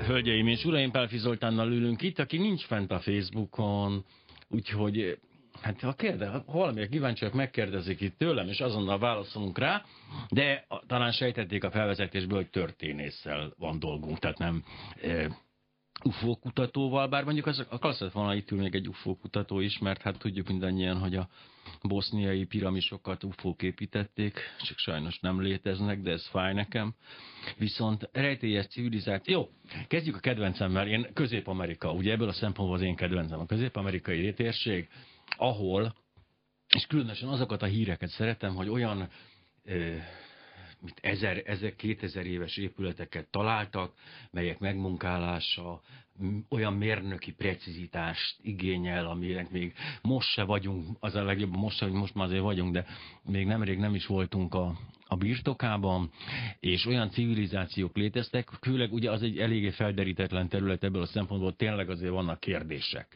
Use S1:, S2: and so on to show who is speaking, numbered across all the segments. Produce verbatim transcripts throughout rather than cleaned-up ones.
S1: Hölgyeim és uraim, Pálffy Zoltánnal ülünk itt, aki nincs fent a Facebookon, úgyhogy hát ha, kérde, ha valamire kíváncsiak, megkérdezik itt tőlem, és azonnal válaszolunk rá, de talán sejtették a felvezetésből, hogy történésszel van dolgunk, tehát nem e, u f o kutatóval, bár mondjuk az, a klasszát volna itt ül még egy u f o kutató is, mert hát tudjuk mindannyian, hogy a boszniai piramisokat u f o-k építették, csak sajnos nem léteznek, de ez fáj nekem. Viszont rejtélyes civilizáció. Jó, kezdjük a kedvencemmel. Én Közép-Amerika, ugye ebből a szempontból az én kedvencem a közép-amerikai térség, ahol, és különösen azokat a híreket szeretem, hogy olyan ö, mint ezer, ezer, kétezer éves épületeket találtak, melyek megmunkálása olyan mérnöki precizitást igényel, aminek még most se vagyunk, az a legjobb, most se, hogy most már azért vagyunk, de még nemrég nem is voltunk a, a birtokában, és olyan civilizációk léteztek, főleg ugye az egy eléggé felderítetlen terület ebből a szempontból, tényleg azért vannak kérdések.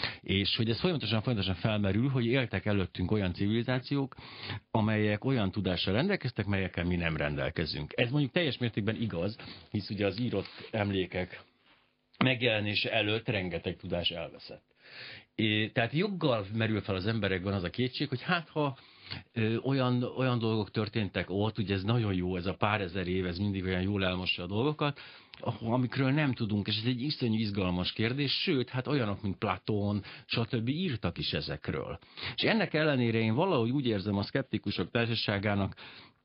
S1: És hogy ez folyamatosan, folyamatosan felmerül, hogy éltek előttünk olyan civilizációk, amelyek olyan tudással rendelkeztek, melyekkel mi nem rendelkezünk. Ez mondjuk teljes mértékben igaz, hisz ugye az írott emlékek megjelenése előtt rengeteg tudás elveszett. É, tehát joggal merül fel az emberekben az a kétség, hogy hát ha ö, olyan, olyan dolgok történtek ott, ugye ez nagyon jó, ez a pár ezer év, ez mindig olyan jól elmossa a dolgokat, amikről nem tudunk, és ez egy iszonyú izgalmas kérdés, sőt, hát olyanok, mint Platón, stb. Írtak is ezekről. És ennek ellenére én valahogy úgy érzem a szkeptikusok társaságának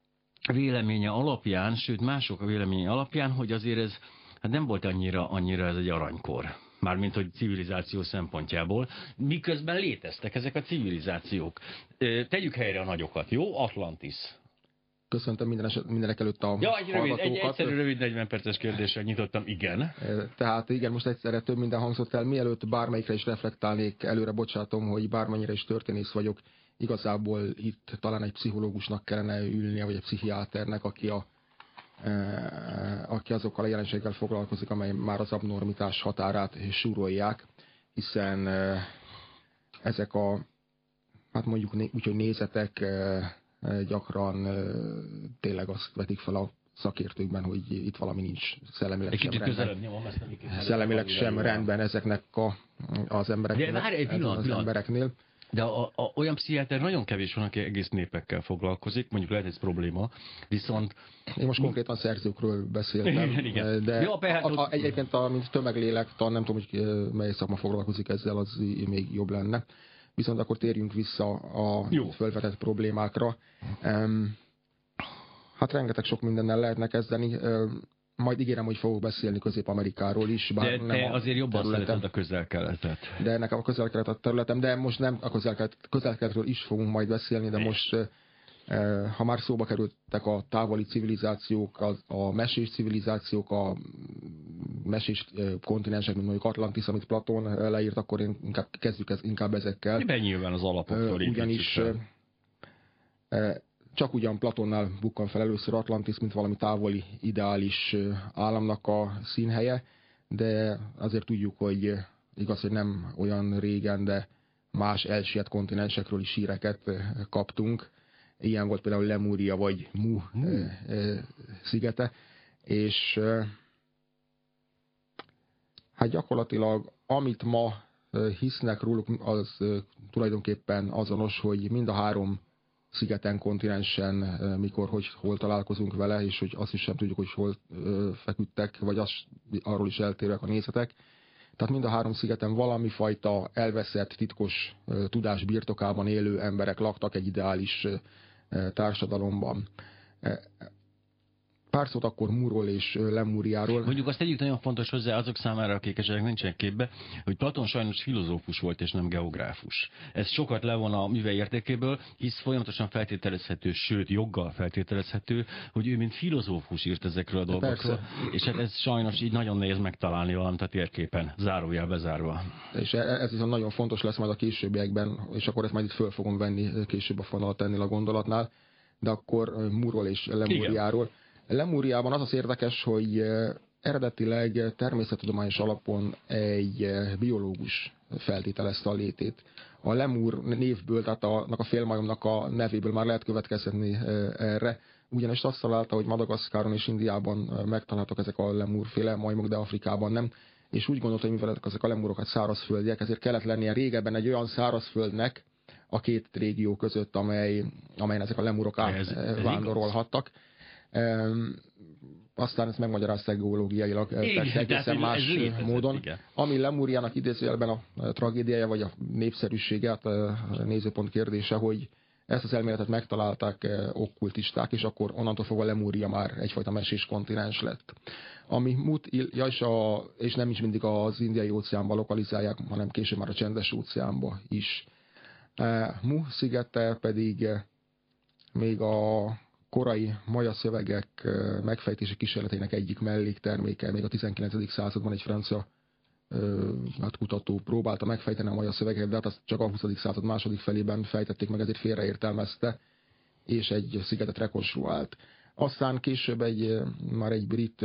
S1: véleménye alapján, sőt mások a véleménye alapján, hogy azért ez hát nem volt annyira, annyira ez egy aranykor. Mármint, hogy civilizáció szempontjából. Miközben léteztek ezek a civilizációk. Tegyük helyre a nagyokat, jó? Atlantis.
S2: Köszöntöm minden eset, mindenek előtt a
S1: ja, egy rövid,
S2: hallgatókat.
S1: egy egyszerű rövid negyven perces kérdéssel nyitottam, igen.
S2: Tehát igen, most egyszerre több minden hangzott el. Mielőtt bármelyikre is reflektálnék, előre bocsátom, hogy bármennyire is történész vagyok, igazából itt talán egy pszichológusnak kellene ülnie, vagy egy pszichiáternek, aki a aki azokkal a jelenségekkel foglalkozik, amely már az abnormitás határát súrolják, hiszen ezek a, hát mondjuk úgy, hogy nézetek gyakran tényleg azt vetik fel a szakértőkben, hogy itt valami nincs szellemileg
S1: egy
S2: sem rendben.
S1: Nyomom,
S2: Szellemileg sem rendben ezeknek a, az embereknek, az embereknél.
S1: De a, a, olyan pszichiáter nagyon kevés van, aki egész népekkel foglalkozik, mondjuk lehet ez probléma, viszont...
S2: Én most konkrétan szerzőkről beszéltem,
S1: igen, igen.
S2: de
S1: Jó, a, a,
S2: a, egyébként a, mint tömeglélektan, nem tudom, hogy mely szakma foglalkozik ezzel, az még jobb lenne. Viszont akkor térjünk vissza a Jó. fölvetett problémákra. Um, hát rengeteg sok mindennel lehetne kezdeni. Um, Majd ígérem, hogy fogok beszélni Közép-Amerikáról is. Bár
S1: de
S2: nem
S1: te azért jobban
S2: területem,
S1: szereted a közel-keletet.
S2: De nekem a közel-kelet a területem, de most nem a közel-kelet, közel-keletről is fogunk majd beszélni, de és. most, ha már szóba kerültek a távoli civilizációk, a, a mesés civilizációk, a mesés kontinensek, mint mondjuk Atlantis, amit Platón leírt, akkor én inkább kezdjük ez, inkább ezekkel.
S1: De nyilván az alapoktól
S2: ugyanis csak ugyan Platonnál bukkan fel először Atlantis, mint valami távoli, ideális államnak a színhelye, de azért tudjuk, hogy igaz, hogy nem olyan régen, de más elsiet kontinensekről is híreket kaptunk. Ilyen volt például Lemúria vagy Mu mm. szigete, és hát gyakorlatilag amit ma hisznek róluk, az tulajdonképpen azonos, hogy mind a három szigeten, kontinensen, mikor, hogy hol találkozunk vele, és hogy azt is sem tudjuk, hogy hol ö, feküdtek, vagy az, arról is eltérőek a nézetek. Tehát mind a három szigeten valami fajta elveszett, titkos ö, tudás birtokában élő emberek laktak egy ideális ö, társadalomban. Pár szót akkor Múról és Lemúriáról.
S1: Mondjuk azt egyik nagyon fontos hozzá azok számára, akik esetleg nincsenek képbe, hogy Platón sajnos filozófus volt és nem geográfus. Ez sokat levon a műve értékéből, hisz folyamatosan feltételezhető, sőt joggal feltételezhető, hogy ő mint filozófus írt ezekről a dolgokról. Persze. És hát ez sajnos így nagyon nehéz megtalálni valamit a térképen, zárójel bezárva.
S2: És ez viszont nagyon fontos lesz majd a későbbiekben, és akkor ezt majd itt föl fogom venni később a fonalat ennél a gondolatnál, de akkor Múról és Lemúriáról. Igen. Lemúriában az az érdekes, hogy eredetileg természettudományos alapon egy biológus feltételezte a létét. A Lemúr névből, tehát annak a félmajomnak a nevéből már lehet következtetni erre, ugyanis azt találta, hogy Madagaszkáron és Indiában megtaláltak ezek a lemúrféle majmok, de Afrikában nem. És úgy gondolta, hogy mivel ezek a lemúrokat szárazföldiek, ezért kellett lennie régebben egy olyan szárazföldnek a két régió között, amely, amelyen ezek a lemúrok átvándorolhattak. Aztán ezt megmagyarázták geológiailag, persze egészen más létezett, módon. Igen. Ami Lemúriának idézőjelben a tragédiája, vagy a népszerűsége, a nézőpont kérdése, hogy ezt az elméletet megtalálták okkultisták, és akkor onnantól fogva Lemúria már egyfajta mesés kontinens lett. Ami Mut, ja, és, a, és nem is mindig az Indiai óceánban lokalizálják, hanem később már a Csendes óceánban is. Mu szigete pedig még a korai maja szövegek megfejtési kísérleteinek egyik mellékterméke. Még a tizenkilencedik században egy francia hát kutató próbálta megfejteni a maja szövegeket, de hát azt csak a huszadik század második felében fejtették meg, ezért félreértelmezte, és egy szigetet rekonstruált. Aztán később egy, már egy brit,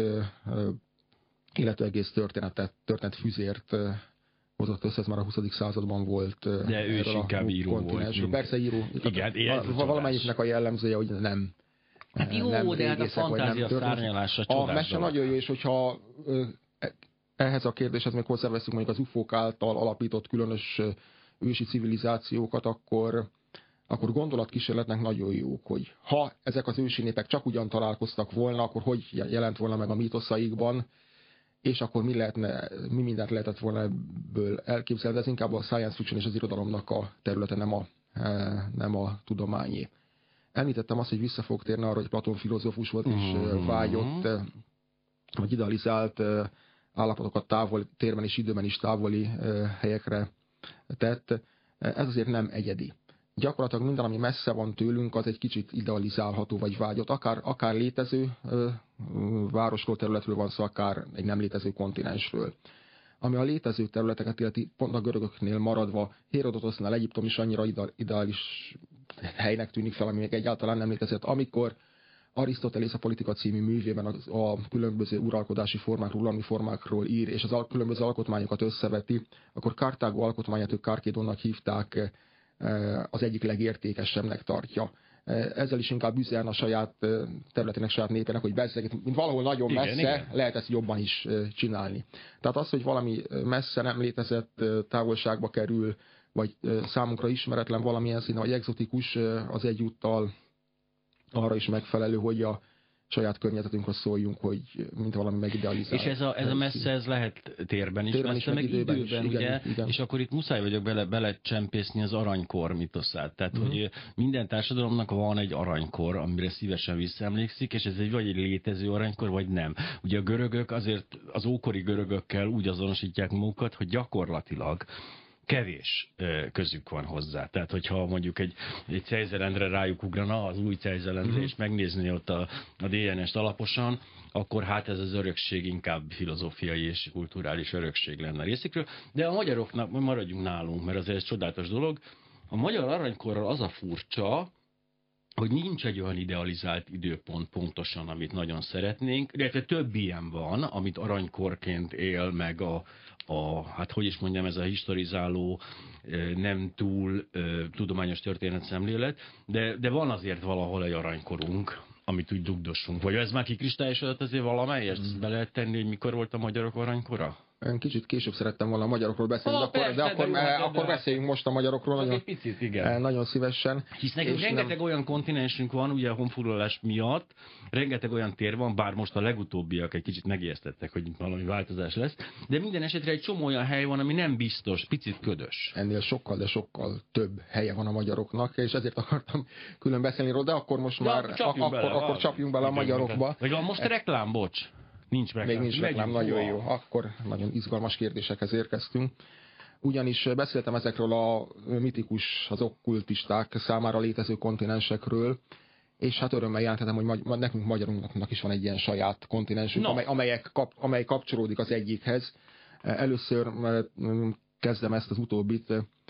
S2: illetve egész történetet, történet füzért hozott össze, ez már a huszadik században volt.
S1: De ő is inkább író volt. Mint...
S2: Persze író.
S1: Igen,
S2: valamelyiknek a jellemzője, hogy nem.
S1: Hát jó, nem de hát a fantázia szárnyalása csodás.
S2: A mese nagyon jó, és hogyha ehhez a kérdéshez még hozzáveszünk mondjuk az ufók által alapított különös ősi civilizációkat, akkor, akkor gondolatkísérletnek nagyon jók, hogy ha ezek az ősi népek csak ugyan találkoztak volna, akkor hogy jelent volna meg a mítoszaikban, és akkor mi, lehetne, mi mindent lehetett volna ebből elképzelni, de ez inkább a science fiction és az irodalomnak a területe, nem a, nem a tudományé. Említettem azt, hogy vissza fog térni arra, hogy Platón filozófus volt, és mm-hmm. vágyott, vagy idealizált állapotokat távoli, térben és időben is távoli helyekre tett. Ez azért nem egyedi. Gyakorlatilag minden, ami messze van tőlünk, az egy kicsit idealizálható vagy vágyott. Akár, akár létező városról, területről van szó, akár egy nem létező kontinensről. Ami a létező területeket illeti, pont a görögöknél maradva, Hérodotosznál Egyiptom is annyira ideális helynek tűnik fel, ami még egyáltalán nem létezett. Amikor Arisztotelész a Politika című művében a, a különböző uralkodási formákról, uralmi formákról ír, és az al- különböző alkotmányokat összeveti, akkor Kartágó alkotmányát ők Karkédonnak hívták, az egyik legértékesebbnek tartja. Ezzel is inkább üzen a saját területének, saját népének, hogy bezzeg, mint valahol nagyon igen, messze, igen. lehet ezt jobban is csinálni. Tehát az, hogy valami messze nem létezett távolságba kerül, vagy számunkra ismeretlen valamilyen színe, vagy egzotikus, az egyúttal arra is megfelelő, hogy a saját környezetünkről szóljunk, hogy mint valami megidealizált.
S1: És ez a, ez a messze, ez lehet térben is, térben messze, is, meg időben, időben is, ugye, igen, igen. És akkor itt muszáj vagyok bele, bele csempészni az aranykor mitoszát. Tehát, uh-huh. hogy minden társadalomnak van egy aranykor, amire szívesen visszaemlékszik, és ez egy vagy egy létező aranykor, vagy nem. Ugye a görögök azért az ókori görögökkel úgy azonosítják magukat, hogy gyakorlatilag kevés közük van hozzá. Tehát, hogyha mondjuk egy, egy Cejzelendre rájuk ugrana, az új Cejzelendre, mm-hmm. és megnézni ott a, a dé en est alaposan, akkor hát ez az örökség inkább filozófiai és kulturális örökség lenne részükről. De a magyaroknak, maradjunk nálunk, mert azért ez csodálatos dolog. A magyar aranykorral az a furcsa, hogy nincs egy olyan idealizált időpont pontosan, amit nagyon szeretnénk, illetve több ilyen van, amit aranykorként él meg a, a, hát hogy is mondjam, ez a historizáló, nem túl tudományos történetszemlélet, de, de van azért valahol egy aranykorunk, amit úgy dugdossunk. Vagy ez már kikristályosodott azért valamelyest? Mm. Be lehet tenni, hogy mikor volt a magyarok aranykora?
S2: Én kicsit később szerettem volna a magyarokról beszélni, ah, de, persze, akkor, de, akkor, de, de, de, akkor beszéljünk most a magyarokról nagyon, egy picit, igen. nagyon szívesen.
S1: Hisz nekünk rengeteg nem... olyan kontinensünk van, ugye a honfoglalás miatt, rengeteg olyan tér van, bár most a legutóbbiak egy kicsit megijesztettek, hogy valami változás lesz, de minden esetre egy csomó olyan hely van, ami nem biztos, picit ködös.
S2: Ennél sokkal, de sokkal több helye van a magyaroknak, és ezért akartam külön beszélni róla, de akkor most de már csapjunk akkor, bele, akkor csapjunk bele a magyarokba.
S1: Vagy van most reklám, bocs? Nincs reklám.
S2: Még nincs reklám, nagyon jó. Akkor nagyon izgalmas kérdésekhez érkeztünk. Ugyanis beszéltem ezekről a mitikus, az okkultisták számára létező kontinensekről, és hát örömmel jelenthetem, hogy magy- nekünk magyarunknak is van egy ilyen saját kontinensünk, no. amely, amelyek kap, amely kapcsolódik az egyikhez. Először kezdem ezt az utóbbit.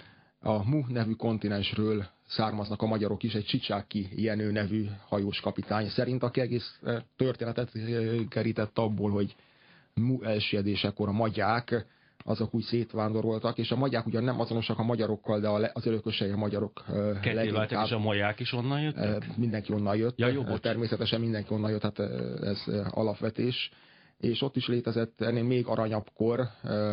S2: A Mu nevű kontinensről származnak a magyarok is, egy Csicsáki Jenő nevű hajós kapitány szerint, aki egész történetet kerített abból, hogy Mu elsiedésekor a magyák azok úgy szétvándoroltak, és a magyák ugyan nem azonosak a magyarokkal, de az örökösei a magyarok
S1: leginkább. És a maják is onnan jöttek?
S2: Mindenki onnan jött.
S1: Ja, jó,
S2: természetesen mindenki onnan jött, hát ez alapvetés. És ott is létezett ennél még aranyabb kor,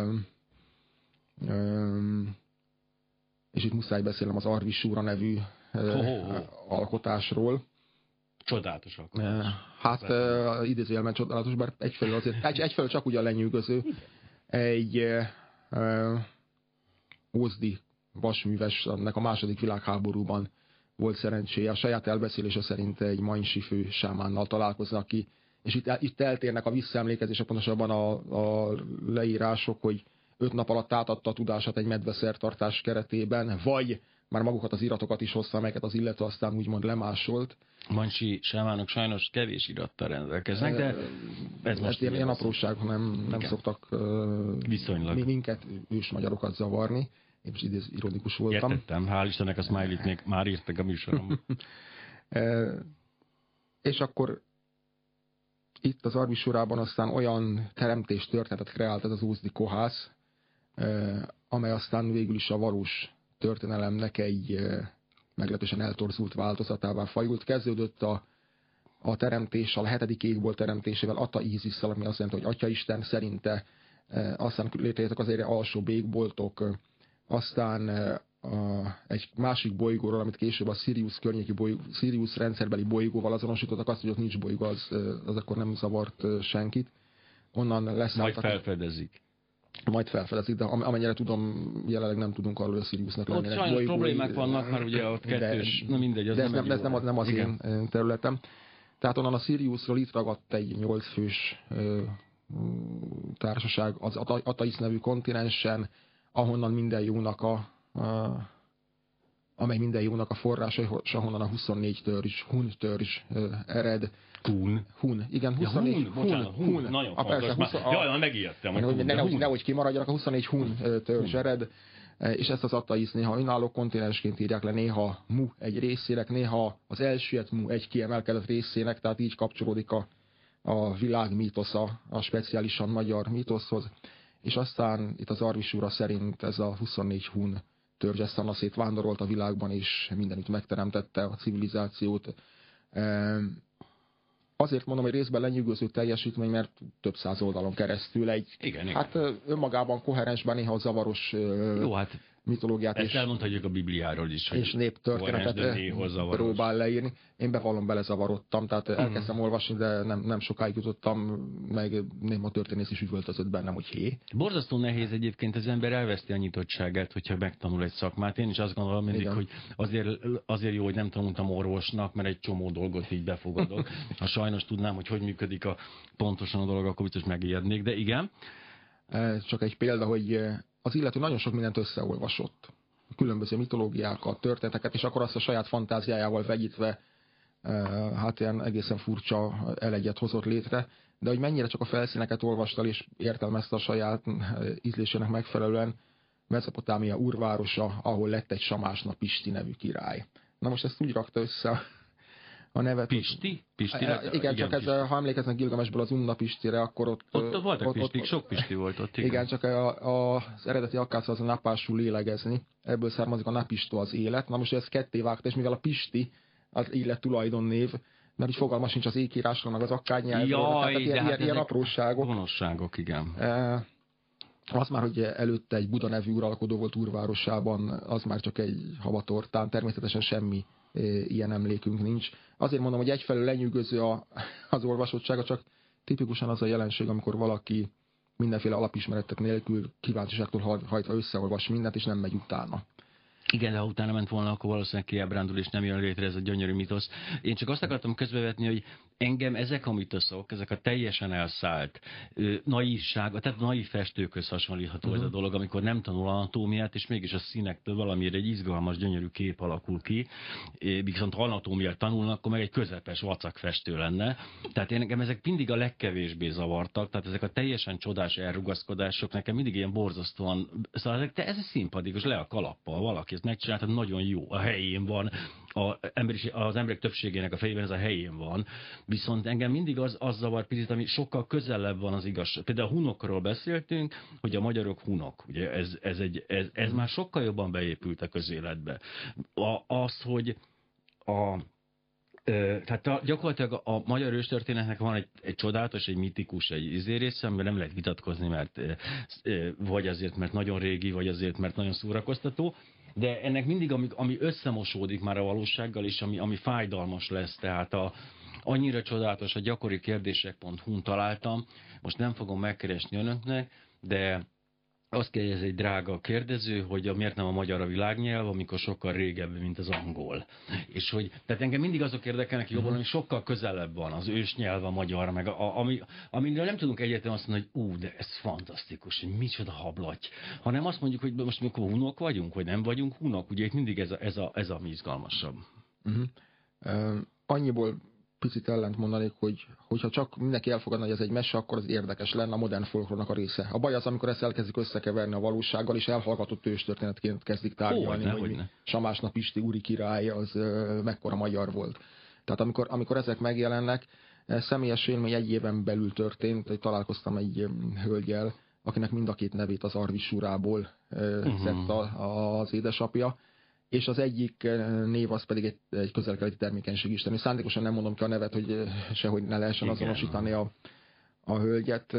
S2: és itt muszáj beszélnem az Arvisúra nevű oh, oh, oh. alkotásról.
S1: Csodálatosak.
S2: Hát uh, idézőjelben csodálatos, bár egyfelől, azért, egy, egyfelől csak ugyan lenyűgöző. Egy uh, ózdi vasművesnek a második világháborúban volt szerencséje. A saját elbeszélése szerint egy mainsifő sámánnal találkoznak ki, és itt, itt eltérnek a visszaemlékezések, pontosabban a, a leírások, hogy öt nap alatt átadta a tudását egy medveszertartás keretében, vagy már magukat az iratokat is hozta, amelyeket az illető aztán úgymond lemásolt.
S1: Mancsi sámánok sajnos kevés irattal rendelkeznek, de ez most
S2: ilyen, ilyen apróságok nem, nem szoktak
S1: viszonylag
S2: minket, ős magyarokat zavarni. Én is idéz, ironikus voltam.
S1: Értettem, hál' Istennek a Smiley-t még már írtak a műsorom.
S2: És akkor itt az Arvisurában aztán olyan teremtés történetet kreált ez az ózdi kohász, amely aztán végül is a valós történelemnek egy meglehetősen eltorzult változatává fajult. Kezdődött a, a teremtéssel, a hetedik égbolt teremtésével, Ata Ízisszel, ami azt jelenti, hogy Atyaisten szerinte, aztán létrejöttek azért alsóbb égboltok, aztán a, egy másik bolygóról, amit később a Sirius környéki bolygó, Sirius rendszerbeli bolygóval azonosítottak, azt, hogy ott nincs bolygó, az, az akkor nem zavart senkit. Onnan lesz.
S1: Majd felfedezik.
S2: Majd felfedezik, de amennyire tudom, jelenleg nem tudunk arról, hogy a Siriusnak lennének
S1: bolygói. Ott sajnos problémák vannak, mert ugye ott kettős, na mindegy, az
S2: de ez
S1: nem,
S2: nem, ez nem az, nem az én területem. Tehát onnan a Siriusról itt ragadt egy nyolcfős társaság az Ataisz nevű kontinensen, ahonnan minden jónak a, a amely minden jónak a forrása, és ahonnan a huszonnégy törzs, Hun törzs ered.
S1: Hun?
S2: Hun, igen, huszonnégy.
S1: Ja, Hun, bocsánat, Hun, Hun. Nagyon a, persze,
S2: húsz, a,
S1: jaj, megijedtem.
S2: Hogy ne, nehogy, nehogy kimaradjanak, a huszonnégy Hun törzs ered, és ezt az Ataisz néha önálló kontinensként írják le, néha Mu egy részének, néha az elsüllyedt Mu egy kiemelkedett részének, tehát így kapcsolódik a, a világ mítosza a speciálisan magyar mítoszhoz. És aztán itt az Arvisúra szerint ez a huszonnégy Hun törzs aztán szétvándorolt a világban, és mindenütt megteremtette a civilizációt. Azért mondom, hogy részben lenyűgöző teljesítmény, mert több száz oldalon keresztül egy,
S1: igen,
S2: hát igen. önmagában koherensben néha zavaros Jó, hát mitológiát
S1: ezt elmondhatjuk a Bibliáról is, hogy
S2: és néptörténetet próbál leírni. Én bevallom, belezavarodtam, tehát mm. elkezdtem olvasni, de nem, nem sokáig jutottam, meg néma történész is üvöltözött bennem, hogy hé.
S1: Borzasztó nehéz egyébként, az ember elveszti a nyitottságát, hogyha megtanul egy szakmát. Én is azt gondolom mindig, igen. hogy azért, azért jó, hogy nem tanultam orvosnak, mert egy csomó dolgot így befogadok. Ha sajnos tudnám, hogy hogy működik a pontosan a dolog, akkor biztos megijednék, de igen.
S2: Csak egy példa, hogy az illető nagyon sok mindent összeolvasott. Különböző mitológiákat, történeteket, és akkor azt a saját fantáziájával vegyítve hát ilyen egészen furcsa elegyet hozott létre, de hogy mennyire csak a felszíneket olvasta és értelmezte a saját ízlésének megfelelően, Mezopotámia urvárosa, ahol lett egy Samásna Pisti nevű király. Na most ezt úgy rakta össze a nevet.
S1: Pisti? Pisti
S2: e, igen, igen, csak Pisti. Ez, ha emlékeznek Gilgamesből az Unna Pistire, akkor ott...
S1: Ott voltak ott, Pistik, ott, sok Pisti volt ott.
S2: Igen, igen csak a, a, az eredeti akkász az a napásul lélegezni. Ebből származik a napisto az élet. Na most ez ketté vágta, és mivel a Pisti az élet tulajdonnév, mert így fogalma sincs az ékírásról, meg az akkád nyelvről.
S1: Jaj,
S2: tehát ilyen,
S1: hát
S2: ilyen apróságok.
S1: Gonoszságok, igen.
S2: E, az már, hogy előtte egy Buda nevű uralkodó volt Úrvárosában, az már csak egy havatortán, természetesen semmi e, ilyen emlékünk nincs. Azért mondom, hogy egyfelől lenyűgöző a, az olvasottsága, csak tipikusan az a jelenség, amikor valaki mindenféle alapismeretek nélkül kíváncsiságtól hajtva összeolvas mindent, és nem megy utána.
S1: Igen, de ha utána ment volna, akkor valószínűleg kiábrándul, és nem jön létre ez a gyönyörű mitosz. Én csak azt akartam közbevetni, hogy engem ezek a mitoszok, ezek a teljesen elszállt ö, naívság, tehát naív festőkhöz hasonlítható uh-huh. ez a dolog, amikor nem tanul anatómiát, és mégis a színektől valamiért egy izgalmas, gyönyörű kép alakul ki, viszont ha anatómiát tanulnak, akkor meg egy közepes vacak festő lenne. Tehát én engem ezek mindig a legkevésbé zavartak, tehát ezek a teljesen csodás elrugaszkodások nekem mindig ilyen borzasztóan, szóval ezek, te ez színpadikus, le a kalappal valaki ezt megcsinálta, nagyon jó, a helyén van, a emberi, az emberek többségének a fejében ez a helyén van, viszont engem mindig az, az zavar picit, ami sokkal közelebb van az igazság. Például a hunokról beszéltünk, hogy a magyarok hunok, ugye ez, ez, egy, ez, ez már sokkal jobban beépült a közéletbe. A, az, hogy a Tehát a, gyakorlatilag a magyar őstörténetnek van egy, egy csodálatos, egy mitikus, egy izérésze, amiben nem lehet vitatkozni, mert vagy azért, mert nagyon régi, vagy azért, mert nagyon szórakoztató, de ennek mindig, ami, ami összemosódik már a valósággal, és ami, ami fájdalmas lesz, tehát a, annyira csodálatos, a gyakori kérdések pont hu-n találtam, most nem fogom megkeresni önöknek, de azt kérdezi egy drága kérdező, hogy a, miért nem a magyar a világnyelv, amikor sokkal régebbi, mint az angol. És hogy, tehát engem mindig azok érdekelnek jobban, ami sokkal közelebb van, az ősnyelv a magyar, meg a, a, ami, amiről nem tudunk egyetlen azt mondani, hogy ú, de ez fantasztikus, hogy micsoda hablaty. Hanem azt mondjuk, hogy most mikor hunok vagyunk, vagy nem vagyunk hunok, ugye itt mindig ez a, ez a, ez a izgalmasabb.
S2: Uh-huh. Uh, annyiból picit ellent mondanék, hogy hogyha csak mindenki elfogadna, hogy ez egy mese, akkor az érdekes lenne a modern folklórnak a része. A baj az, amikor ezt elkezdik összekeverni a valósággal, és elhallgatott őstörténetként kezdik tárgyalni,
S1: Hogyne,
S2: hogy Samásna Pisti úri király az uh, mekkora magyar volt. Tehát amikor, amikor ezek megjelennek, személyes élmény egy éven belül történt, hogy találkoztam egy hölgyel, akinek mind a két nevét az Arvisúrából uh, uh-huh. szedte az édesapja, és az egyik név az pedig egy, egy közel-keleti termékenységisten. Szándékosan nem mondom ki a nevet, hogy sehogy ne lehessen igen, azonosítani a, a hölgyet.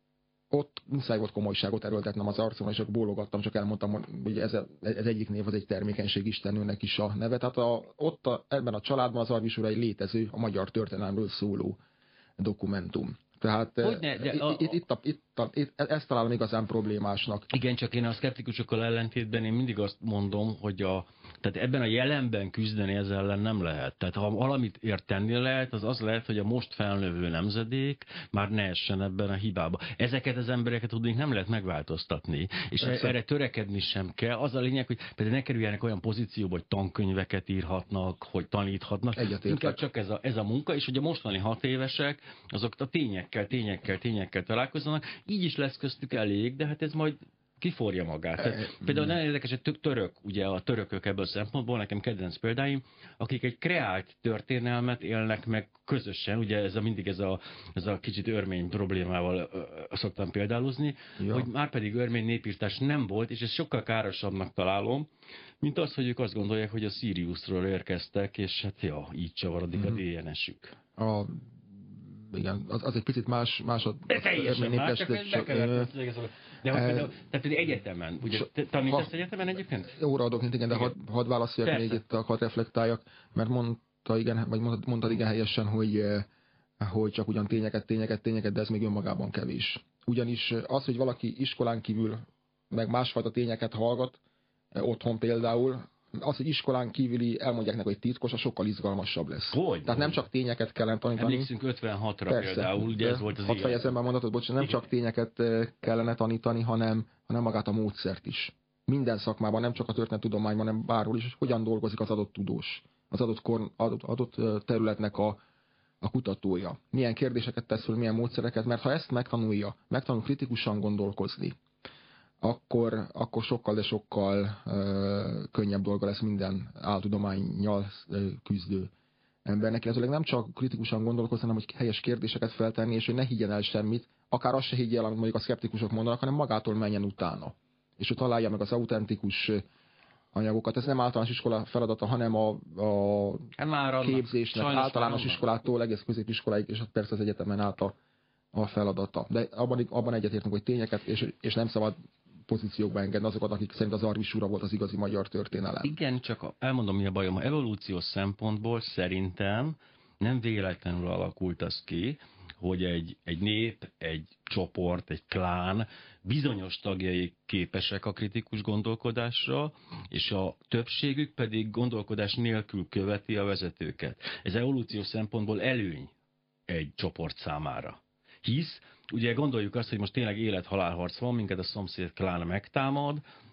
S2: Ott muszáj volt komolyságot erőltetnem az arcomra, és akkor bólogattam, csak elmondtam, hogy ez, ez egyik név az egy termékenységistennőnek is a neve. Tehát a, ott a, ebben a családban az Arvisúra egy létező, a magyar történelemről szóló dokumentum. Tehát
S1: ne, a,
S2: itt, itt, itt, itt, itt, ezt találom igazán problémásnak.
S1: Igen, csak én a szkeptikusokkal ellentétben én mindig azt mondom, hogy a, tehát ebben a jelenben küzdeni ezzel ellen nem lehet. Tehát ha valamit ért tenni lehet, az az lehet, hogy a most felnövő nemzedék már ne essen ebben a hibába. Ezeket az embereket tudnék nem lehet megváltoztatni, és persze. Erre törekedni sem kell. Az a lényeg, hogy például ne kerüljenek olyan pozícióba, hogy tankönyveket írhatnak, hogy taníthatnak. Inkább csak ez a, ez a munka, és hogy a mostani hat évesek, azok a tényekkel, tényekkel, tényekkel találkozzanak. Így is lesz köztük elég, de hát ez majd kiforja magát. Tehát, például nagyon érdekes, hogy török, ugye a törökök ebből a szempontból, nekem kedvenc példáim, akik egy kreált történelmet élnek meg közösen, ugye ez a, mindig ez a, ez a kicsit örmény problémával ö, ö, szoktam példálozni, ja. hogy már pedig örmény népírtás nem volt, és ezt sokkal károsabbnak találom, mint az, hogy ők azt gondolják, hogy a Siriusról érkeztek, és hát ja, így csavarodik mm-hmm. a dé en es-ük.
S2: A igen, az, az egy picit más, más a...
S1: De teljesen más, csak be kellett de hogy például, tehát például egyetemen, ugye tanítasz egyetemen egyébként?
S2: Óraadóként, igen, de hadd had válaszoljak még itt, hadd reflektáljak, mert mondta igen, vagy mondtad, mondtad igen helyesen, hogy, hogy csak ugyan tényeket, tényeket, tényeket, de ez még önmagában kevés. Ugyanis az, hogy valaki iskolán kívül meg másfajta tényeket hallgat, otthon például, az, hogy iskolán kívüli elmondják neki, hogy titkos, az sokkal izgalmasabb lesz.
S1: Hogy?
S2: Tehát nem csak tényeket kellene tanítani.
S1: Emlékszünk ötvenhatra persze, például, ugye ez volt az
S2: hat fejezem be mondatot, bocsánat, nem csak tényeket kellene tanítani, hanem, hanem magát a módszert is. Minden szakmában, nem csak a történettudományban, hanem bárhol is, hogyan dolgozik az adott tudós, az adott, kor, adott, adott területnek a, a kutatója. Milyen kérdéseket tesz föl, milyen módszereket, mert ha ezt megtanulja, megtanul kritikusan gondolkozni, Akkor, akkor sokkal, de sokkal uh, könnyebb dolga lesz minden áltudománnyal uh, küzdő embernek. Illetőleg nem csak kritikusan gondolkozni, hanem hogy helyes kérdéseket feltenni, és hogy ne higgyen el semmit, akár azt se higgye el, amit mondjuk a szkeptikusok mondanak, hanem magától menjen utána. És hogy találja meg az autentikus anyagokat. Ez nem általános iskola feladata, hanem a, a képzésnek általános iskolától egész középiskoláig, és persze az egyetemen át a, a feladata. De abban, abban egyetértünk, hogy tényeket, és, és nem szabad pozíciókba engedni azokat, akik szerint az Arvisúra volt az igazi magyar történelem.
S1: Igen, csak a, elmondom, mi a bajom. A evolúciós szempontból szerintem nem véletlenül alakult az ki, hogy egy, egy nép, egy csoport, egy klán bizonyos tagjai képesek a kritikus gondolkodásra, és a többségük pedig gondolkodás nélkül követi a vezetőket. Ez evolúciós szempontból előny egy csoport számára. Hisz, ugye gondoljuk azt, hogy most tényleg élet-halálharc van, minket a szomszéd klán megtámad,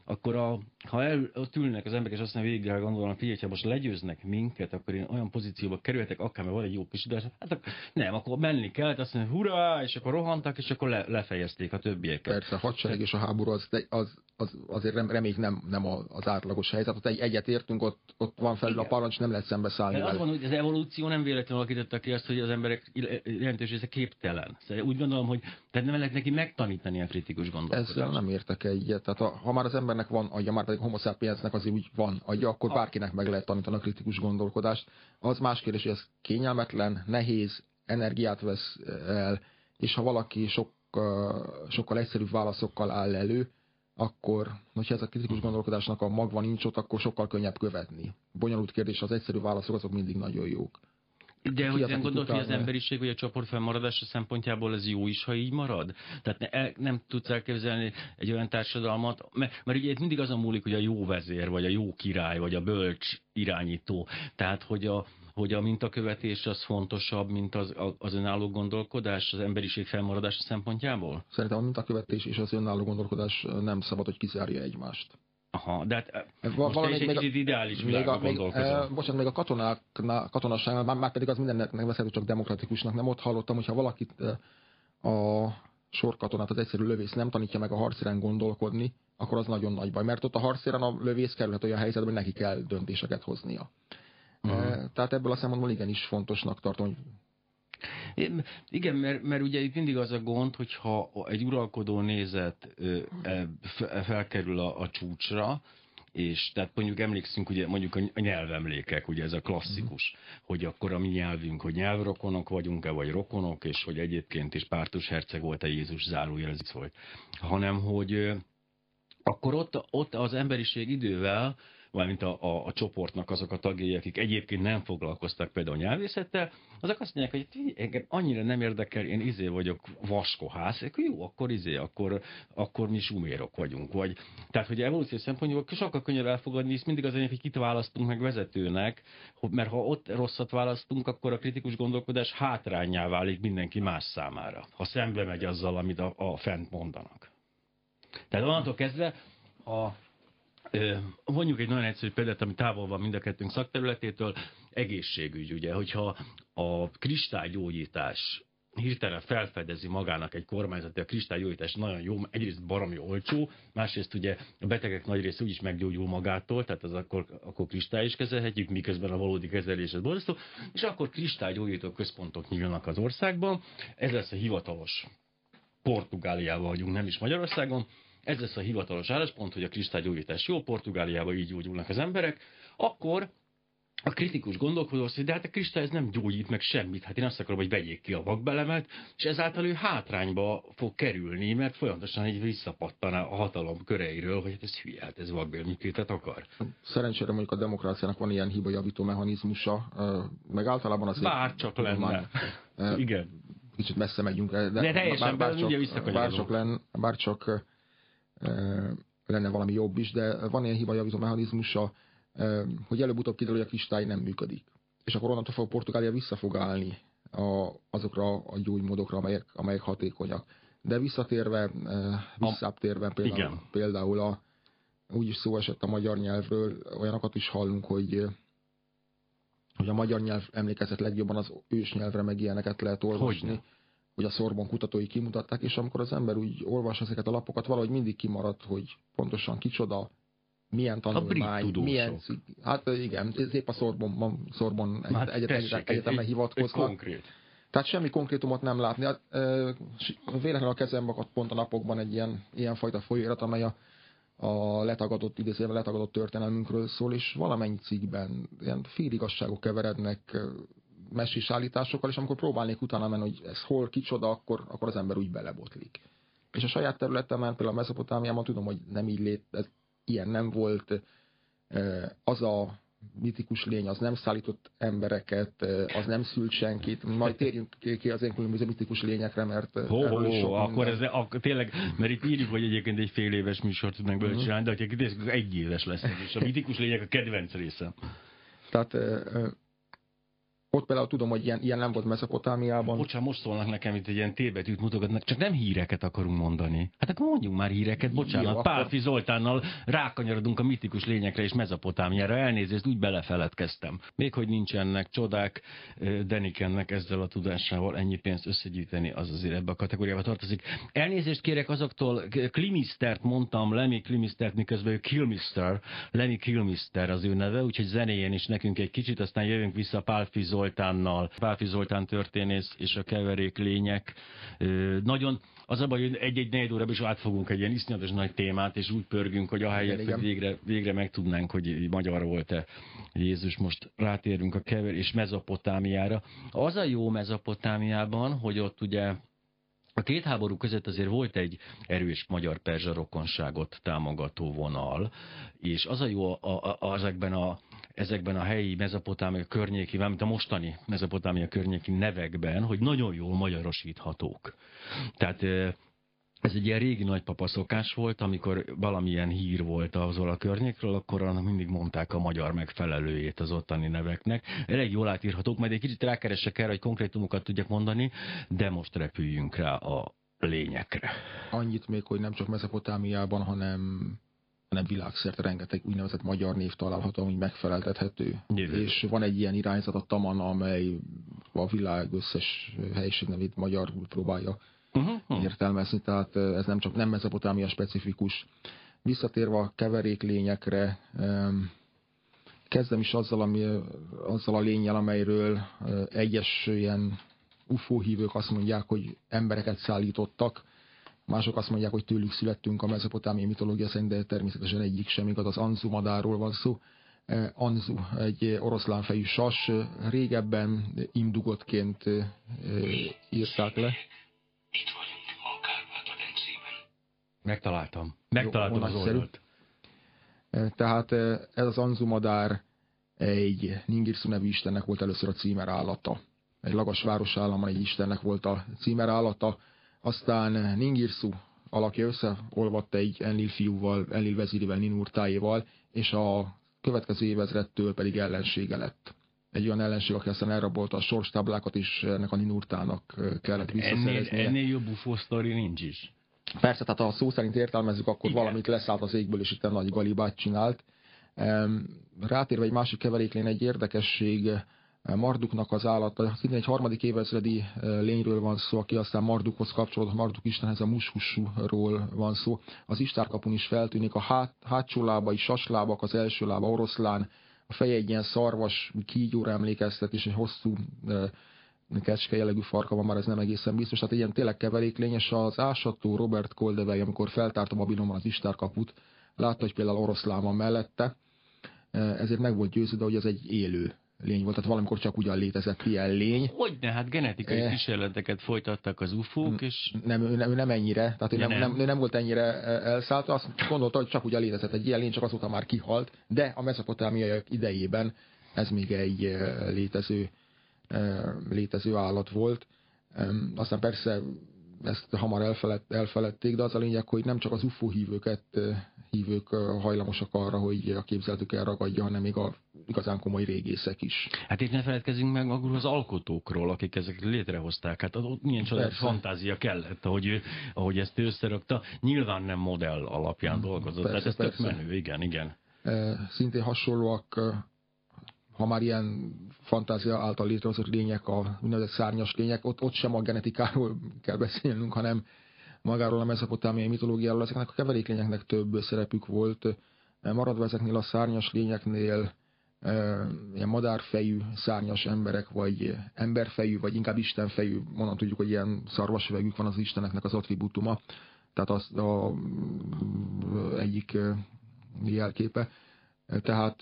S1: akkor a, ha el, ott ülnek az emberek, és aztán végig gondolnak, figyelj, ha most legyőznek minket, akkor én olyan pozícióba kerülhetek, akár mert van egy jó kis idő, hát akkor, nem, akkor menni kell, azt mondja, hurrá, és akkor rohantak, és akkor le, lefejezték a többieket.
S2: Persze, a hadsereg és a háború az, az, az azért reméljük nem, nem az átlagos helyzet. Ott egy egyet értünk, ott, ott van felül a parancs, nem lehet szembeszállni vele.
S1: Az van, hogy az evolúció nem véletlenül alakította ki azt, hogy az emberek jelentős része képtelen. Szóval úgy gondolom, hogy tehát nem lehet neki megtanítani a kritikus gondolkodást.
S2: Ezzel nem értek egyet. Tehát ha, ha már az embernek van agya, már pedig homo sapiensnek azért úgy van agya, akkor bárkinek meg lehet tanítani a kritikus gondolkodást. Az más kérdés, hogy ez kényelmetlen, nehéz, energiát vesz el, és ha valaki sokkal, sokkal egyszerűbb válaszokkal áll elő, akkor, hogyha ez a kritikus gondolkodásnak a magva nincs ott, akkor sokkal könnyebb követni. Bonyolult kérdés, az egyszerű válaszok azok mindig nagyon jók.
S1: De hogy nem gondolt, hogy az emberiség vagy a csoport fennmaradása szempontjából ez jó is, ha így marad? Tehát ne, nem tudsz elképzelni egy olyan társadalmat, mert, mert ugye itt mindig azon múlik, hogy a jó vezér, vagy a jó király, vagy a bölcs irányító. Tehát, hogy a, hogy a mintakövetés az fontosabb, mint az, az önálló gondolkodás az emberiség fennmaradása szempontjából?
S2: Szerintem a mintakövetés és az önálló gondolkodás nem szabad, hogy kizárja egymást.
S1: Aha, de hát
S2: Val-
S1: most is egy kicsit ideális világban gondolkozom.
S2: E, bocsánat, még a katonák, katonaságnál, már, már pedig az mindennek nevezhető csak demokratikusnak. Nem ott hallottam, hogyha valakit a sorkatonát, az egyszerű lövész nem tanítja meg a harcéren gondolkodni, akkor az nagyon nagy baj. Mert ott a harcéren a lövész kerülhet olyan helyzetben, hogy neki kell döntéseket hoznia. Uh-huh. E, tehát ebből a szempontból igenis fontosnak tartom, hogy
S1: igen, mert, mert ugye itt mindig az a gond, hogyha egy uralkodó nézet felkerül a, a csúcsra, és tehát mondjuk emlékszünk, ugye mondjuk a nyelvemlékek, ugye ez a klasszikus, hogy akkor a mi nyelvünk, hogy nyelvrokonok vagyunk-e, vagy rokonok, és hogy egyébként is Pártus herceg volt a Jézus zárójel, ez volt. Hanem, hogy akkor ott, ott az emberiség idővel, valamint a, a, a csoportnak azok a tagjai, akik egyébként nem foglalkoztak például a nyelvészettel, azok azt mondják, hogy engem annyira nem érdekel, én izé vagyok vaskohász, akkor jó, akkor izé, akkor, akkor mi sumérok vagyunk. Vagy, tehát, hogy evolúció szempontjából sokkal könnyebb elfogadni, és mindig az anyag, hogy kit választunk meg vezetőnek, mert ha ott rosszat választunk, akkor a kritikus gondolkodás hátrányá válik mindenki más számára, ha szembe megy azzal, amit a, a fent mondanak. Tehát onnantól kezdve a mondjuk egy nagyon egyszerű példát, ami távol van mind a kettőnk szakterületétől, egészségügy, ugye, hogyha a kristálygyógyítás hirtelen felfedezi magának egy kormányzat, hogy a kristálygyógyítás nagyon jó, egyrészt baromi olcsó, másrészt ugye a betegek nagy része úgyis meggyógyul magától, tehát az akkor, akkor kristály is kezelhetjük, miközben a valódi kezelés az borzasztó, és akkor kristálygyógyító központok nyílnak az országban, ez lesz a hivatalos, Portugáliában vagyunk, nem is Magyarországon, ez lesz a hivatalos álláspont, hogy a kristálygyógyítás jó, Portugáliában így gyógyulnak az emberek, akkor a kritikus gondolkodó azt, hogy de hát a kristály ez nem gyógyít meg semmit, hát én azt akarom, hogy vegyék ki a vakbelemet, és ezáltal ő hátrányba fog kerülni, mert folyamatosan így visszapattan a hatalom köreiről, hogy hát ez hülye, hát ez vakbélműtétet akar.
S2: Szerencsére mondjuk a demokráciának van ilyen hibajavító mechanizmusa, meg általában azért...
S1: Bár csak lenne. Már, igen.
S2: Kicsit messze megyünk. De,
S1: de teljesen, bár, bár, csak,
S2: bár, csak lenne, bár csak lenne valami jobb is, de van ilyen hibajavító mechanizmusa, hogy előbb-utóbb kiderül, hogy a kristály nem működik. És akkor onnantól fog Portugália vissza fog állni a, azokra a gyógymódokra, amelyek, amelyek hatékonyak. De visszatérve, visszább térve például, például a, úgyis szó esett a magyar nyelvről, olyanokat is hallunk, hogy, hogy a magyar nyelv emlékezett legjobban az ősnyelvre, meg ilyeneket lehet olvasni. Hogyne? Hogy a Sorbonne kutatói kimutatták, és amikor az ember úgy olvas ezeket a lapokat, valahogy mindig kimaradt, hogy pontosan kicsoda, milyen tanulmány, milyen... Hát igen, ez épp a Sorbonne, Sorbonne hát egyetemre egyetem hivatkoznak. Tehát semmi konkrétumot nem látni. Hát, véletlenül a kezembe akadt pont a napokban egy ilyen, ilyen fajta folyóirat, amely a, a letagadott, idézőjelben letagadott történelmünkről szól, és valamennyi cikkben ilyen féligasságok keverednek, mesés állításokkal, és amikor próbálnék utána menni, hogy ez hol, kicsoda, akkor, akkor az ember úgy belebotlik. És a saját területemen, például a Mezopotámiában tudom, hogy nem így lét, ez, ilyen nem volt, az a mitikus lény, az nem szállított embereket, az nem szült senkit, majd térjünk ki az én különböző mitikus lényekre, mert...
S1: Ho, ho, ho akkor ez akkor tényleg, mert itt írjuk, hogy egyébként egy fél éves műsort tudnánk belőle csinálni, de hogyha kérdezik, egy éves lesz, és a mitikus lények a kedvenc részem.
S2: Tehát Ott például tudom, hogy ilyen, ilyen nem volt Mezopotámiában.
S1: Bocsán, most szólnak nekem, itt egy ilyen T-betűt mutogatnak, csak nem híreket akarunk mondani. Hát akkor mondjunk már híreket, bocsánat. Jó, Pálffy akkor... Zoltánnal rákanyarodunk a mitikus lényekre és Mezopotámiára. Elnézést, úgy belefeledkeztem. Még hogy nincsenek csodák, Denikennek ezzel a tudásával ennyi pénzt összegyűjteni, az azért ebbe a kategóriába tartozik. Elnézést kérek azoktól, Klimistert mondtam, Lemmy Klimistert, miközben ő Kilmister, Lemmy Kilmister az ő neve, úgyhogy zenéjén is nekünk egy kicsit, aztán jövünk vissza Pálffy Zoltánnal. Pálffy Zoltán történész és a keverék lények. Nagyon, az a baj, hogy egy-egy negyed órában is átfogunk egy ilyen iszonyatos nagy témát, és úgy pörgünk, hogy ahelyett, hogy végre, végre megtudnánk, hogy magyar volt-e Jézus. Most rátérünk a kever és Mezopotámiára. Az a jó Mezopotámiában, hogy ott ugye a két háború között azért volt egy erős magyar-perzsa rokonságot támogató vonal, és az a jó a, a, a, ezekben, a, ezekben a helyi Mezopotámia környéki, mint a mostani Mezopotámia környéki nevekben, hogy nagyon jól magyarosíthatók. Tehát ez egy ilyen régi nagypapa szokás volt, amikor valamilyen hír volt azon a környékről, akkor annak mindig mondták a magyar megfelelőjét az ottani neveknek. Elég jól átírhatók, majd egy kicsit rákeressek erre, hogy konkrétumokat tudjak mondani, de most repüljünk rá a lényekre.
S2: Annyit még, hogy nem csak Mezopotámiában, hanem, hanem világszerte rengeteg úgynevezett magyar név található, ami megfeleltethető. Jövő. És van egy ilyen irányzat, a Taman, amely a világ összes helység nevét magyarul próbálja Uh-huh. értelmezni, tehát ez nem csak nem Mezopotámia specifikus. Visszatérve a keveréklényekre, kezdem is azzal, ami, azzal a lénnyel, amelyről egyes ilyen ufó hívők azt mondják, hogy embereket szállítottak, mások azt mondják, hogy tőlük születtünk a mezopotámiai mitológia szerint, de természetesen egyik sem igaz, az Anzu madárról van szó. Anzu, egy oroszlánfejű sas, régebben imdugottként írták le.
S3: Itt vagyunk, a Kárpát-medencében.
S1: Megtaláltam. Megtaláltam az oldalt.
S2: Tehát ez az Anzu madár egy Ningirsu nevű istennek volt először a címerállata. Egy lagas városállamban egy istennek volt a címerállata. Aztán Ningirsu alakja összeolvadt egy Enlil fiúval, Enlil vezírivel, Ninurtáéval, és a következő évezredtől pedig ellensége lett. Egy olyan ellenség, aki aztán elrabolta a sorstáblákat, és ennek a Ninurtának kellett visszaszereznie.
S1: Ennél, ennél jobb ufó sztori nincs is.
S2: Persze, tehát ha szó szerint értelmezzük, akkor
S1: igen,
S2: valamit leszállt az égből, és itt egy nagy galibát csinált. Rátérve egy másik keveréklén egy érdekesség, Marduknak az állata, szintén egy harmadik évezredi lényről van szó, aki aztán Mardukhoz kapcsolódott, Marduk istenhez, a Mushushuról van szó. Az Istárkapun is feltűnik, a hát, hátsó lábai saslábak, az első lába oroszlán, a feje egy ilyen szarvas kígyóra emlékeztet, és egy hosszú kecske jellegű farka van, már ez nem egészen biztos. Tehát egy ilyen tényleg keveréklény, és az ásató Robert Koldewey, amikor feltárta Babilonban az Istárkaput, látta, hogy például oroszlán van mellette, ezért meg volt győződve, hogy ez egy élő lény volt, tehát valamikor csak ugyan létezett ilyen lény.
S1: Hogyne, hát genetikai eh, kísérleteket folytattak az ufók, és...
S2: Nem, ő nem, ő nem ennyire, tehát ő nem, nem. Nem, ő nem volt ennyire elszállt, azt gondolta, hogy csak ugyan létezett egy ilyen lény, csak azóta már kihalt, de a mezopotámiaiak idejében ez még egy létező, létező állat volt. Aztán persze ezt hamar elfelett, elfeledték, de az a lényeg, hogy nem csak az ufó hívőket hívők hajlamosak arra, hogy a képzeletük elragadja, hanem még a igazán komoly régészek is.
S1: Hát itt ne feledkezzünk meg magukról az alkotókról, akik ezeket létrehozták. Hát ott milyen csodás fantázia kellett, ahogy, ahogy ezt összerakta. Nyilván nem modell alapján dolgozott, persze, tehát ez persze. Tök menő, igen, igen.
S2: Szintén hasonlóak, ha már ilyen fantázia által létrehozott lények, a úgynevezett szárnyas lények, ott, ott sem a genetikáról kell beszélnünk, hanem magáról a mezopotámiai mitológiáról. Ezeknek a keveréklényeknek több szerepük volt. Maradva ezeknél a szárnyas lényeknél, ilyen madárfejű szárnyas emberek, vagy emberfejű, vagy inkább istenfejű, onnan tudjuk, hogy ilyen szarvasüvegük van az isteneknek az attribútuma, tehát az a, egyik jelképe. Tehát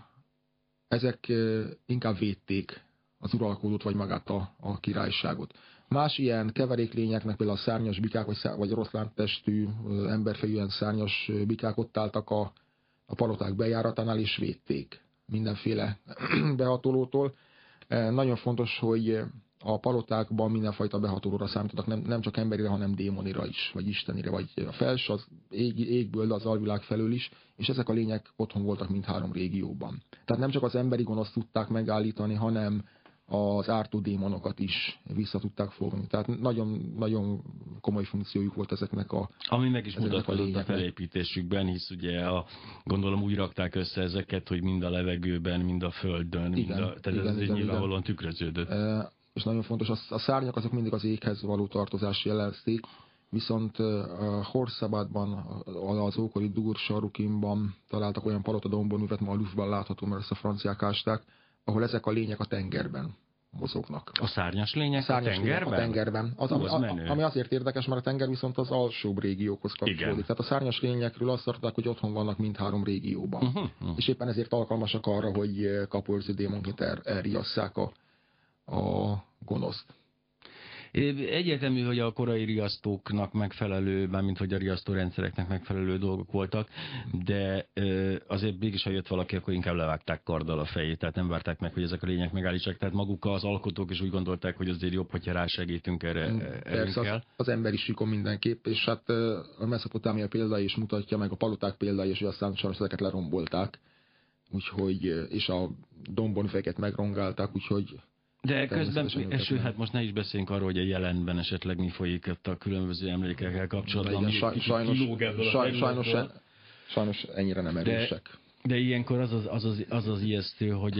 S2: ezek inkább védték az uralkodót, vagy magát a, a királyságot. Más ilyen keveréklényeknek, például a szárnyas bikák, vagy, vagy oroszlántestű, emberfejűen szárnyas bikák ott álltak a, a paloták bejáratánál, és védték mindenféle behatolótól. Nagyon fontos, hogy a palotákban mindenfajta behatolóra számítottak, nem, nem csak emberire, hanem démonira is, vagy istenire, vagy a felső, az ég, égből, az alvilág felől is, és ezek a lények otthon voltak mindhárom régióban. Tehát nem csak az emberi gonoszt tudták megállítani, hanem az ártó démonokat is vissza tudták fogni. Tehát nagyon, nagyon komoly funkciójuk volt ezeknek a
S1: Ami meg is mutatkozott a,
S2: a
S1: felépítésükben, hisz ugye a, gondolom úgy rakták össze ezeket, hogy mind a levegőben, mind a földön,
S2: igen,
S1: mind a, tehát
S2: igen,
S1: ez
S2: igen,
S1: nyilvánvalóan
S2: igen.
S1: tükröződött.
S2: E, és nagyon fontos, a, a szárnyak azok mindig az éghez való tartozást jelezték, viszont a Horszabadban, az ókori Dur Sarukinban találtak olyan palotadombon, mivel ma a Luftban látható, mert ezt a franciák ásták, ahol ezek a lények a tengerben mozognak.
S1: A szárnyas lények a,
S2: szárnyas
S1: tengerben?
S2: Lények a tengerben. Az,
S1: Hú, az
S2: ami, ami azért érdekes, mert a tenger viszont az alsóbb régiókhoz kapcsolódik. Igen. Tehát a szárnyas lényekről azt tartották, hogy otthon vannak mindhárom régióban. Uh-huh, uh-huh. És éppen ezért alkalmasak arra, hogy kaporző démonként el, elriasszák a, a gonoszt.
S1: Egyértelmű, hogy a korai riasztóknak megfelelő, mármint hogy a riasztórendszereknek megfelelő dolgok voltak, de azért mégis, ha jött valaki, akkor inkább levágták karddal a fejét, tehát nem várták meg, hogy ezek a lények megállítsák, tehát maguk az alkotók is úgy gondolták, hogy azért jobb, hogyha rásegítünk erre.
S2: Persze, az, az emberi síkon mindenképp, és hát a Mezopotámia példája is mutatja, meg a paloták példája is, hogy aztán sajnos ezeket lerombolták, úgyhogy, és a dombon fejeket megrongálták, úgyhogy
S1: de közben, eső, hát most ne is beszéljünk arról, hogy a jelenben esetleg mi folyik a különböző emlékekkel kapcsolatban.
S2: Igen, saj, sajnos, saj, sajnos, sajnos ennyire nem erősek.
S1: De, de ilyenkor az az, az, az, az, az ijesztő, hogy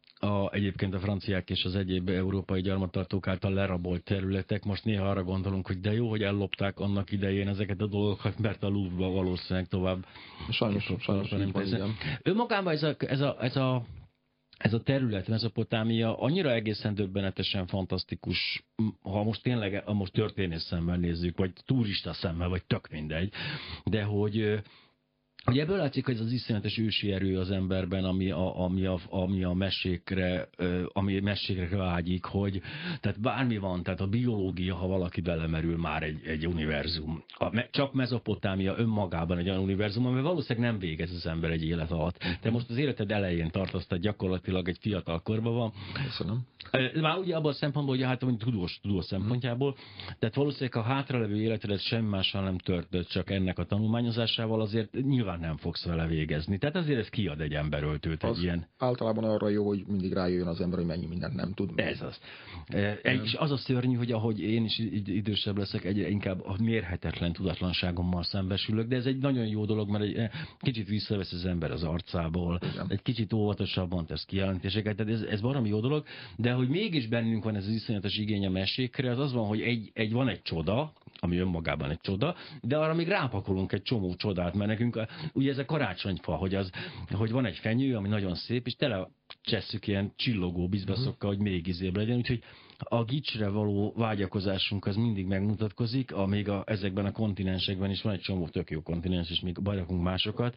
S1: a, egyébként a franciák és az egyéb európai gyarmattartók által lerabolt területek, most néha arra gondolunk, hogy de jó, hogy ellopták annak idején ezeket a dolgokat, mert a Louvre-ba valószínűleg tovább.
S2: Sajnos, sajnos nem van.
S1: Önmagában ez a, ez a, ez a Ez a terület, Mezopotámia annyira egészen döbbenetesen fantasztikus, ha most tényleg ha most történész szemmel nézzük, vagy turista szemmel, vagy tök mindegy, de hogy, hogy ebből látszik, hogy ez az iszonyatos ősi erő az emberben, ami a, ami a, ami a mesékre, ami mesékre vágyik, hogy tehát bármi van, tehát a biológia, ha valaki belemerül, már egy, egy univerzum. A, csak Mezopotámia önmagában egy olyan univerzum, amivel valószínűleg nem végez az ember egy élet alatt. De most az életed elején tartasz, tehát gyakorlatilag egy fiatal korban van.
S2: Köszönöm.
S1: Már ugye abban a szempontból, hogy hát tudós, tudós szempontjából, tehát valószínűleg a hátralevő életedet semmi mással nem törtött, csak ennek a tanulmányozásával, azért nyilván nem fogsz vele végezni. Tehát azért ez kiad egy emberöltőt, egy ilyen...
S2: Általában arra jó, hogy mindig rájöjjön az ember, hogy mennyi mindent nem tud.
S1: Ez az. Egy, és az a szörnyű, hogy ahogy én is idősebb leszek, egyre inkább a mérhetetlen tudatlanságommal szembesülök, de ez egy nagyon jó dolog, mert egy kicsit visszavesz az ember az arcából, igen. Egy kicsit óvatosabban tesz kijelentéseket, tehát ez, ez valami jó dolog, de hogy mégis bennünk van ez az iszonyatos igény a mesékre, az az van, hogy egy, egy, van egy csoda, ami önmagában egy csoda, de arra még rápakolunk egy csomó csodát, mert nekünk a, ugye ez a karácsonyfa, hogy, az, hogy van egy fenyő, ami nagyon szép, és tele csesszük ilyen csillogó bizbaszokkal, hogy még izébb legyen, úgyhogy a gicsre való vágyakozásunk az mindig megmutatkozik, amíg a, ezekben a kontinensekben is van egy csomó tök jó kontinens, és még berakunk másokat.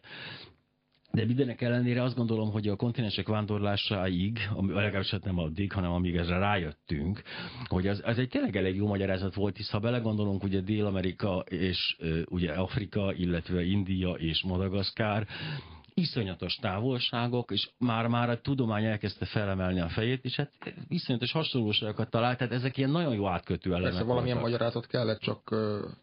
S1: De mindenek ellenére azt gondolom, hogy a kontinensek vándorlásáig, legalábbis hát nem addig, hanem amíg ezre rájöttünk, hogy az, az egy tényleg elég jó magyarázat volt, hisz ha belegondolunk, ugye Dél-Amerika és ugye Afrika, illetve India és Madagaszkár, iszonyatos távolságok, és már-már a tudomány elkezdte felemelni a fejét, és hát iszonyatos hasonlóságokat talált, tehát ezek ilyen nagyon jó átkötő elemek.
S2: Persze valamilyen voltak. Magyarázat kellett, csak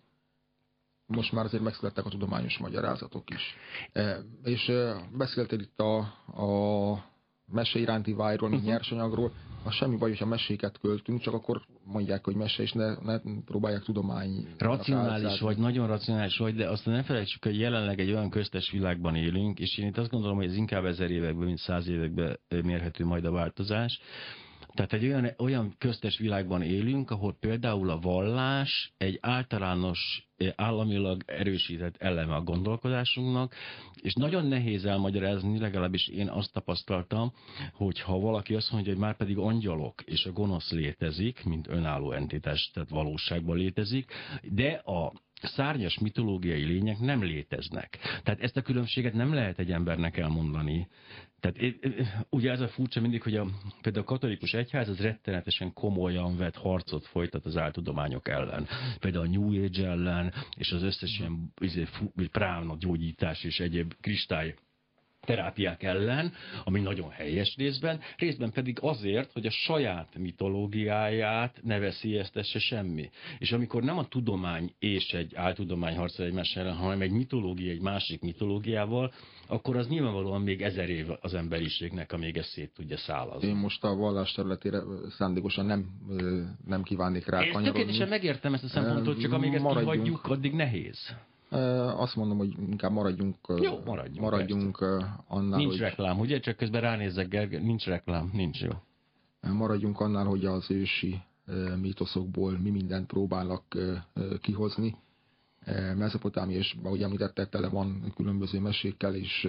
S2: most már azért megszülettek a tudományos magyarázatok is. E, és e, beszéltél itt a, a mese iránti vágyról, mint uh-huh. nyersanyagról. Az semmi baj, hogyha meséket költünk, csak akkor mondják, hogy mese, és ne, ne próbálják tudomány.
S1: Racionális vagy, nagyon racionális vagy, de azt ne felejtsük, hogy jelenleg egy olyan köztes világban élünk, és én itt azt gondolom, hogy ez inkább ezer években, mint száz években mérhető majd a változás. Tehát egy olyan, olyan köztes világban élünk, ahol például a vallás egy általános, államilag erősített eleme a gondolkodásunknak, és nagyon nehéz elmagyarázni, legalábbis én azt tapasztaltam, hogy ha valaki azt mondja, hogy már pedig angyalok és a gonosz létezik, mint önálló entitás, tehát valóságban létezik, de a szárnyas mitológiai lények nem léteznek. Tehát ezt a különbséget nem lehet egy embernek elmondani. Tehát ugye ez a furcsa mindig, hogy a, például a katolikus egyház az rettenetesen komolyan vett harcot folytat az áltudományok ellen. Például a New Age ellen, és az összes ilyen prána gyógyítás és egyéb kristály terápiák ellen, ami nagyon helyes részben, részben pedig azért, hogy a saját mitológiáját ne veszélyeztesse semmi. És amikor nem a tudomány és egy áltudomány harcol egymás ellen, hanem egy mitológia egy másik mitológiával, akkor az nyilvánvalóan még ezer év az emberiségnek, amíg ezt szét tudja szállazni.
S2: Én most a vallás területére szándékosan nem, nem kívánnék rá kanyarodni.
S1: Én tökéletesen megértem ezt a szempontot, csak amíg ezt
S2: Maradjunk.
S1: kihagyjuk, addig nehéz.
S2: Azt mondom, hogy inkább maradjunk,
S1: Jó, maradjunk,
S2: maradjunk annál,
S1: nincs
S2: hogy...
S1: reklám, ugye? Csak közben ránézek, Gergely, nincs reklám, nincs jó.
S2: Maradjunk annál, hogy az ősi mítoszokból mi mindent próbálnak kihozni. Mezopotámia, és ahogy említetted, tele van különböző mesékkel, és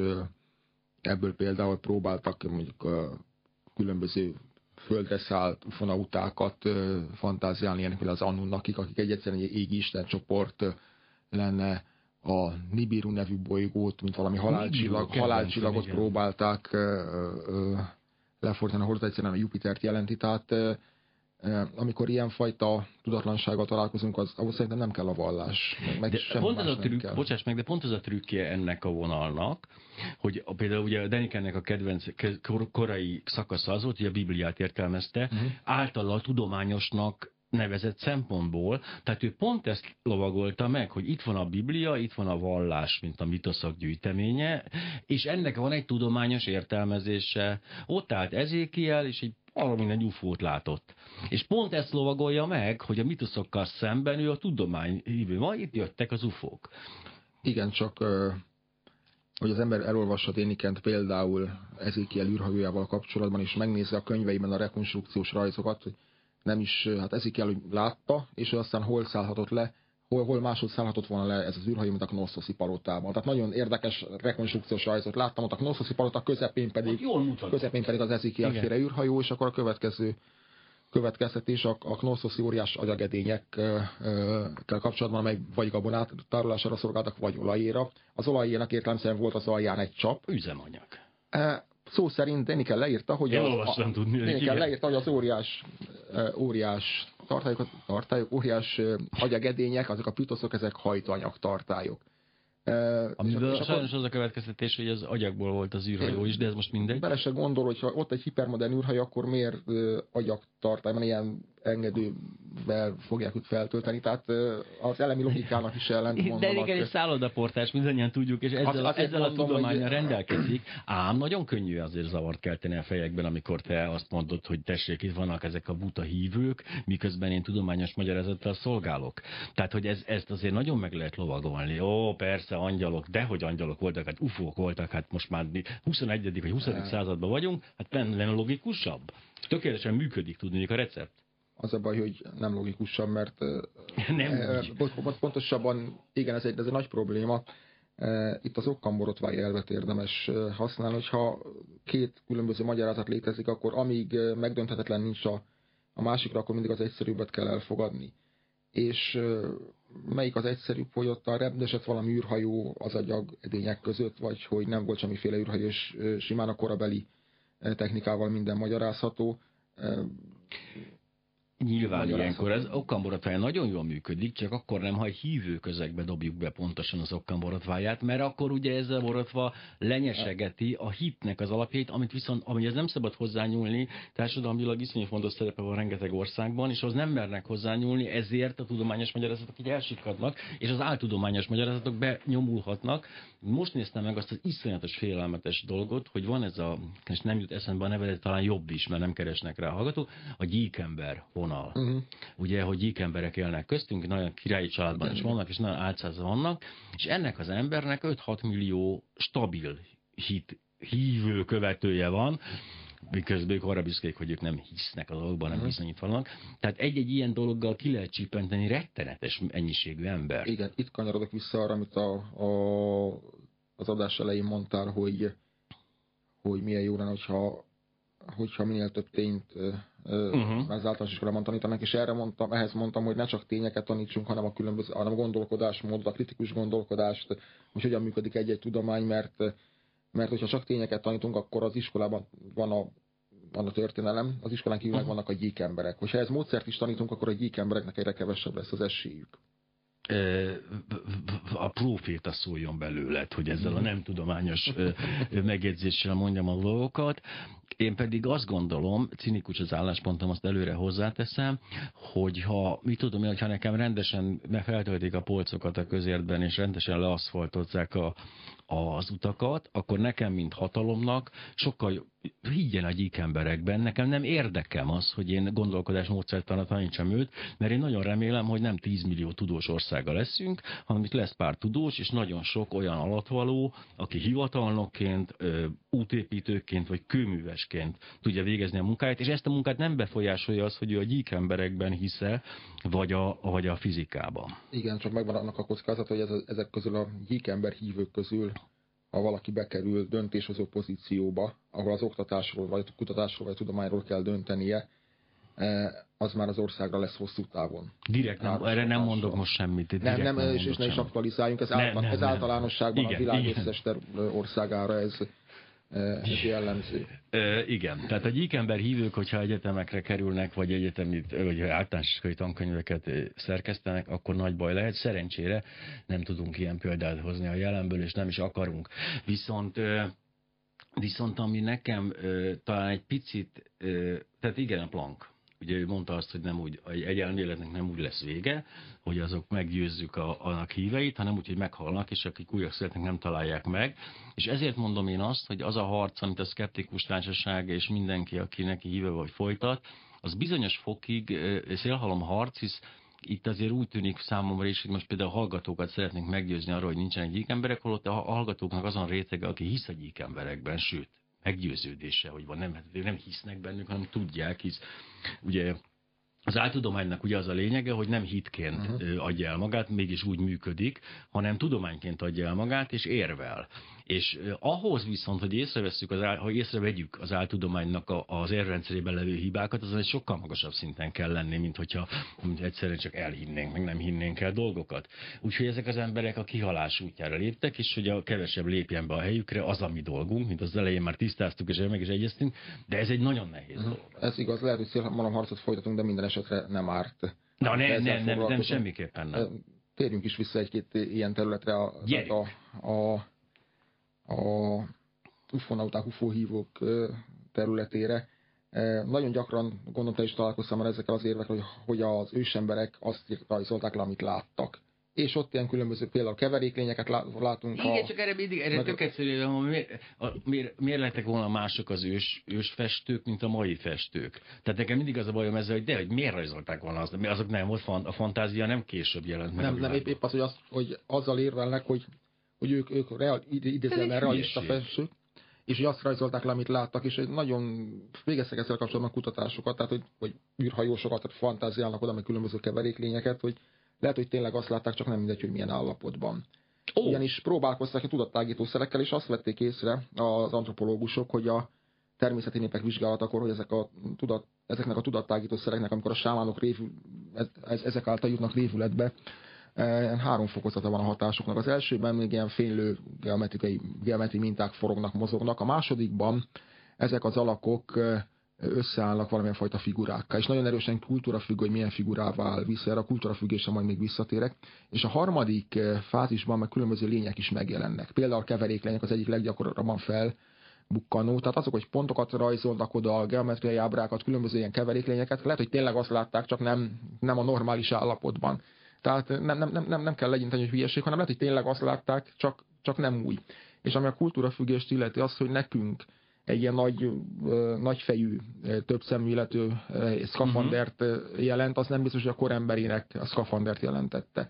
S2: ebből például próbáltak mondjuk különböző földre szállt ufonautákat fantáziálni, ilyenek, az Anunnakik, akik egy egyszerűen egy égi isten csoport lenne, a Nibiru nevű bolygót, mint valami halálcsillag, halálcsillagot próbálták lefordítani, ahol egyszerűen a Jupitert jelenti. Tehát amikor ilyenfajta tudatlansággal találkozunk, az, ahhoz szerintem nem kell a vallás. Meg
S1: de pont ez a trükk, bocsáss meg, de pont ez a trükkje ennek a vonalnak, hogy a, például ugye a Denikennek a kedvenc korai szakasza az volt, hogy a Bibliát értelmezte, uh-huh. általa tudományosnak nevezett szempontból, tehát ő pont ezt lovagolta meg, hogy itt van a Biblia, itt van a vallás, mint a mitoszok gyűjteménye, és ennek van egy tudományos értelmezése. Ott állt Ezékiel, és egy valami egy ufót látott. És pont ezt lovagolja meg, hogy a mitoszokkal szemben ő a tudomány hívő. Ma itt jöttek az ufók.
S2: Igen, csak hogy az ember elolvassa Dénikent például Ezékiel űrhajójával kapcsolatban, és megnézze a könyveiben a rekonstrukciós rajzokat, hogy nem is, hát Ezékiel hogy látta, és aztán hol szállhatott le, hol, hol máshogy szállhatott volna le ez az űrhajó, mint a Knosszoszi palotában. Tehát nagyon érdekes rekonstrukciós rajzot láttam, ott a Knosszoszi palota közepén pedig, közepén pedig az Ezékiel féle űrhajó, és akkor a következő következtetés a, a Knosszoszi óriás agyagedényekkel kapcsolatban, amely vagy gabonát tárolására szolgáltak, vagy olajéra. Az olajénak értelemszerűen volt az alján egy csap.
S1: Üzemanyag.
S2: E, szó szerint Déniken leírta, hogy,
S1: az, a,
S2: tudni, Déniken leírta, hogy az óriás, óriás tartályok, tartályok, óriás agyagedények, azok a pitoszok, ezek hajtóanyag tartályok.
S1: Amiből sajnos az a következtetés, hogy az agyagból volt az űrhajó is, de ez most mindegy.
S2: Bele se gondol, hogyha ott egy hipermodern űrhajó, akkor miért agyagtartályban ilyen engedővel fogják őt feltölteni, tehát az elemi logikának is ellent mondanak.
S1: De igen, egy szállodaportás, mindannyian tudjuk, és ezzel, az, ezzel mondom, a tudománnyal hogy... rendelkezik, ám nagyon könnyű azért zavart kelteni a fejekben, amikor te azt mondod, hogy tessék, itt vannak ezek a buta hívők, miközben én tudományos magyarázattal szolgálok. Tehát, hogy ez, ezt azért nagyon meg lehet lovagolni. Ó, persze, angyalok, dehogy angyalok voltak, hát ufók voltak, hát most már huszonegyedik vagy huszadik században vagyunk, hát lenne logikusabb. Tökéletesen működik, tudni a recept.
S2: Az a baj, hogy nem logikusabb, mert
S1: nem
S2: e, pontosabban, igen, ez egy, ez egy nagy probléma. E, itt az okkamborotvály elvet érdemes használni, hogyha két különböző magyarázat létezik, akkor amíg megdönthetetlen nincs a, a másikra, akkor mindig az egyszerűbbet kell elfogadni. És melyik az egyszerűbb, hogy ott a repdesett valami űrhajó az agyagedények között, vagy hogy nem volt semmiféle űrhajó, és simán a korabeli technikával minden magyarázható.
S1: Nyilván ilyenkor ez okkamborotvája nagyon jól működik, csak akkor nem, ha egy hívő közegbe dobjuk be pontosan az okkamborotváját, mert akkor ugye ez a borotva lenyesegeti a hitnek az alapjait, amit viszont, amihez nem szabad hozzányúlni, társadalmilag iszonyú fontos szerepe van rengeteg országban, és az nem mernek hozzányúlni, ezért a tudományos magyarázatok így elsikadnak, és az áltudományos magyarázatok benyomulhatnak. Most néztem meg azt az iszonyatos félelmetes dolgot, hogy van ez a, és nem jut eszembe a neve, de talán jobb is, mert nem keresnek rá a hallgatók, a gyíkember vonal. Uh-huh. Ugye, hogy gyíkemberek élnek köztünk, nagyon királyi családban is vannak, és nagyon álcázva vannak, és ennek az embernek öt-hat millió stabil hit, hívő követője van, miközben ők arra büszkék, hogy ők nem hisznek a dolgokban, nem hisznek, itt vannak. Tehát egy-egy ilyen dologgal ki lehet csípenteni rettenetes ennyiségű ember.
S2: Igen, itt kanyarodok vissza arra, amit a, a, az adás elején mondtál, hogy, hogy milyen jó lenne, hogyha hogyha minél több tényt uh-huh. az általános iskolában tanítanak, és erre mondtam, ehhez mondtam, hogy ne csak tényeket tanítsunk, hanem a különböző, hanem a gondolkodásmódot, a kritikus gondolkodást, hogy hogyan működik egy-egy tudomány, mert, mert hogyha csak tényeket tanítunk, akkor az iskolában van a, van a történelem, az iskolán kívül uh-huh. vannak a gyík emberek. Hogyha ez módszert is tanítunk, akkor a gyík embereknek egyre kevesebb lesz az esélyük.
S1: a próféta szóljon belőled, hogy ezzel a nem tudományos megjegyzéssel mondjam a dolgokat. Én pedig azt gondolom, cinikus az álláspontom, azt előre hozzáteszem, hogy ha, mit tudom én, ha nekem rendesen feltöltik a polcokat a közértben, és rendesen leaszfaltozzák a, az utakat, akkor nekem, mint hatalomnak, sokkal higgyen a gyík emberekben, nekem nem érdekem az, hogy én gondolkodásmódszertanat tanítsam őt, mert én nagyon remélem, hogy nem tíz millió tudós országa leszünk, hanem itt lesz pár tudós, és nagyon sok olyan alatvaló, aki hivatalnokként, útépítőként, vagy kőművesként tudja végezni a munkáját, és ezt a munkát nem befolyásolja az, hogy ő a gyík emberekben hisze, vagy a, vagy a fizikában.
S2: Igen, csak megvan annak a kockázat, hogy ez, ezek közül a gyík ember hívők közül, ha valaki bekerül döntéshozó pozícióba, ahol az oktatásról, vagy a kutatásról, vagy a tudományról kell döntenie, az már az országra lesz hosszú távon.
S1: Direkt nem, erre nem mondok most semmit.
S2: Nem, nem,
S1: nem
S2: és, és ne is aktualizáljunk, ez,
S1: nem,
S2: által,
S1: nem,
S2: ez
S1: nem.
S2: általánosságban igen, a világ
S1: igen.
S2: összes országára ez, ez jellemző.
S1: E, igen, tehát a gyíkember hívők, hogyha egyetemekre kerülnek, vagy egyetemi, vagy általános iskolai tankönyveket szerkesztenek, akkor nagy baj lehet. Szerencsére nem tudunk ilyen példát hozni a jelenből, és nem is akarunk. Viszont Viszont ami nekem talán egy picit, tehát igen, a Planck. Ugye ő mondta azt, hogy nem úgy, egy elméletnek nem úgy lesz vége, hogy azok meggyőzzük a, annak híveit, hanem úgy, hogy meghalnak, és akik újak születnek, nem találják meg. És ezért mondom én azt, hogy az a harc, amit a szkeptikus társaság és mindenki, aki neki híve vagy folytat, az bizonyos fokig szélhalom harc, hisz itt azért úgy tűnik számomra is, hogy most például a hallgatókat szeretnénk meggyőzni arról, hogy nincsenek gyík emberek, holott a hallgatóknak azon rétege, aki hisz a gyík emberekben, sőt, meggyőződése, hogy van, nem, nem hisznek bennük, hanem tudják, hisz ugye az áltudománynak ugye az a lényege, hogy nem hitként uh-huh. adja el magát, mégis úgy működik, hanem tudományként adja el magát, és érvel. És ahhoz viszont, hogy észreveszünk az áll, hogy észrevegyük az áltudománynak a, az érrendszerében levő hibákat, azon egy sokkal magasabb szinten kell lenni, mint hogyha mint egyszerűen csak elhinnénk, meg nem hinnénk el dolgokat. Úgyhogy ezek az emberek a kihalás útjára léptek, és hogy a kevesebb lépjen be a helyükre, az a mi dolgunk, mint az elején már tisztáztuk, és meg is egyeztünk, de ez egy nagyon nehéz uh-huh. dolog.
S2: Ez igaz, lehet, hogy szélmalomharcot folytatunk, de minden esetre nem árt.
S1: Na ne, ne, nem, nem, semmiképpen nem.
S2: Térjünk is vissza egy-két ilyen területre, a, a, a, a ufonauták, ufóhívók területére. Nagyon gyakran, gondolom, te is találkoztam már ezekkel az érvekkel, hogy, hogy az ősemberek azt rajzolták le, amit láttak. És ott ilyen különböző, például keveréklényeket látunk.
S1: Igen, a, csak erre mindig, erre tök egyszerűen, miért, miért, miért lettek volna mások az ős, ős festők, mint a mai festők? Tehát nekem mindig az a bajom ezzel, hogy de, hogy miért rajzolták volna azt? Azok nem volt, a fantázia nem később jelent meg.
S2: Nem, nem épp, épp az, hogy, az, hogy azzal érvelnek, hogy, hogy ők, ők real, idézően realista festők, és hogy azt rajzolták le, amit láttak, és nagyon végeztek ezzel kapcsolatban kutatásokat, tehát hogy, hogy űrhajósokat, tehát fantáziálnak oda, meg különböző keveréklényeket, hogy lehet, hogy tényleg azt látták, csak nem mindegy, hogy milyen állapotban. Oh. Ugyanis próbálkoztak a tudattágítószerekkel, és azt vették észre az antropológusok, hogy a természeti népek vizsgálatakor, hogy ezek a tudat, ezeknek a tudattágítószereknek, amikor a sámánok révül, ez, ezek által jutnak révületbe, három fokozata van a hatásoknak. Az elsőben még ilyen fénylő geometrikai, geometri minták forognak, mozognak. A másodikban ezek az alakok összeállnak valamilyen fajta figurákkal. És nagyon erősen kultúrafüggő, hogy milyen figurává áll vissza. Erre a kultúrafüggésre majd még visszatérek. És a harmadik fázisban meg különböző lények is megjelennek. Például a keveréklények az egyik leggyakorabban felbukkanó. Tehát azok, hogy pontokat rajzolnak oda, a geometriai ábrákat, különböző ilyen keveréklényeket. Lehet, hogy tényleg azt látták, csak nem, nem a normális állapotban. Tehát nem, nem, nem, nem kell legyinteni, hogy hülyeség, hanem lehet, hogy tényleg azt látták, csak, csak nem új. És ami a kultúrafüggést illeti, az, hogy nekünk egy ilyen nagy, nagyfejű, több szemű illető szkafandert jelent, az nem biztos, hogy a koremberének a szkafandert jelentette.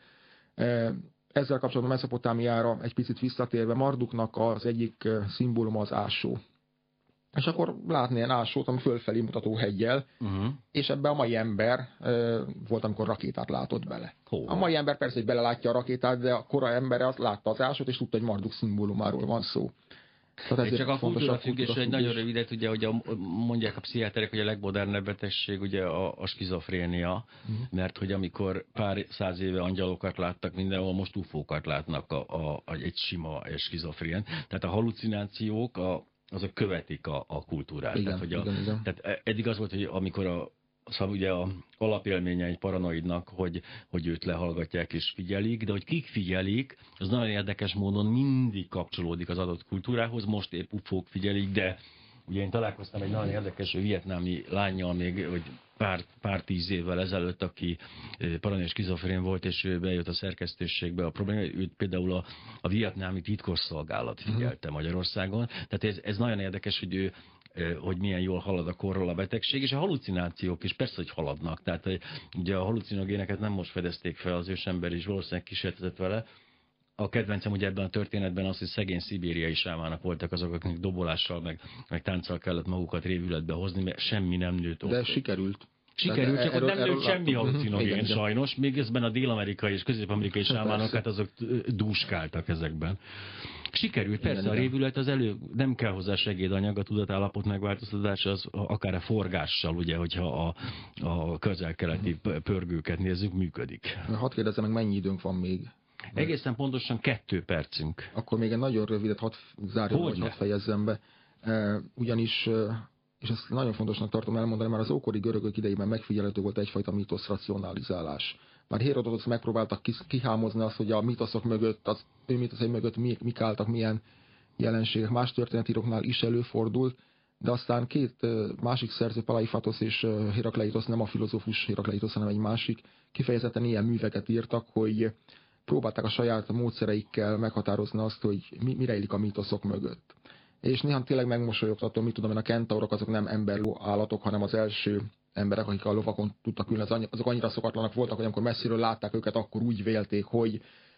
S2: Ezzel kapcsolatban Mezopotámiára egy picit visszatérve, Marduknak az egyik szimbóluma az ásó. És akkor látni ilyen ásót, ami fölfelé mutató heggyel, uh-huh. és ebbe a mai ember e, volt, amikor rakétát látott bele. Hova? A mai ember persze, hogy belelátja a rakétát, de a kora embere azt látta az ásót, és tudta, hogy Marduk szimbólumáról van szó.
S1: Tehát csak a kultúrafüggés egy nagyon rövidet, ugye, ugye mondják a pszichiáterek, hogy a legmodernebb betegség ugye a, a skizofrénia, uh-huh. mert hogy amikor pár száz éve angyalokat láttak mindenhol, most ufókat látnak a, a, a, egy sima skizofrén. Tehát a halucinációk, a azok követik a, a kultúrát.
S2: Igen,
S1: tehát, hogy a,
S2: igen, igen.
S1: tehát eddig az volt, hogy amikor a szóval ugye a alapélménye egy paranoidnak, hogy, hogy őt lehallgatják és figyelik, de hogy kik figyelik, az nagyon érdekes módon mindig kapcsolódik az adott kultúrához, most épp ufók figyelik, de ugye én találkoztam egy nagyon érdekes vietnámi lánnyal még, vagy pár, pár tíz évvel ezelőtt, aki paranoid skizofrén volt, és ő bejött a szerkesztőségbe. A probléma, őt például a, a vietnámi titkosszolgálat figyelte Magyarországon. Tehát ez, ez nagyon érdekes, hogy ő hogy milyen jól halad a korról a betegség, és a halucinációk is persze, hogy haladnak. Tehát ugye a halucinogéneket nem most fedezték fel, az ősember is valószínűleg kísérletezett vele. A kedvencem ugye ebben a történetben az, hogy szegény szibériai sámának voltak azok, akik dobolással, meg, meg tánccal kellett magukat révületbe hozni, mert semmi nem nőtt ott.
S2: De sikerült.
S1: Sikerült, csak ott nem nőtt semmi halucinogén sajnos, még ezben a dél-amerikai és közép-amerikai sámánok, hát azok dúskáltak ezekben. Sikerült, persze, igen, a révület az elő, nem kell hozzá segédanyag, a tudatállapot megváltoztatása az akár a forgással, ugye, hogyha a, a közel-keleti pörgőket nézzük, működik.
S2: Hadd kérdezzem meg, mennyi időnk van még?
S1: Egészen pontosan kettő percünk.
S2: Akkor még egy nagyon rövidet hadd zárjam, vagy hadd fejezzem be. Ugyanis, és ezt nagyon fontosnak tartom elmondani, már az ókori görögök idejében megfigyelhető volt egyfajta mítosz racionalizálás. Már Hérodotosz megpróbáltak kihámozni azt, hogy a mítoszok mögött, az ő mítoszai mögött mik, mik álltak, milyen jelenségek. Más történetíróknál is előfordult, de aztán két másik szerző, Palaifatos és Herakleitos, nem a filozófus Herakleitos, hanem egy másik, kifejezetten ilyen műveket írtak, hogy próbálták a saját módszereikkel meghatározni azt, hogy mi, mire illik a mítoszok mögött. És néha tényleg megmosolyogtató, mit tudom én, a kentaurok azok nem emberló állatok, hanem az első emberek, akik a lovakon tudtak ülni, azok annyira szokatlanak voltak, hogy amikor messziről látták őket, akkor úgy vélték, hogy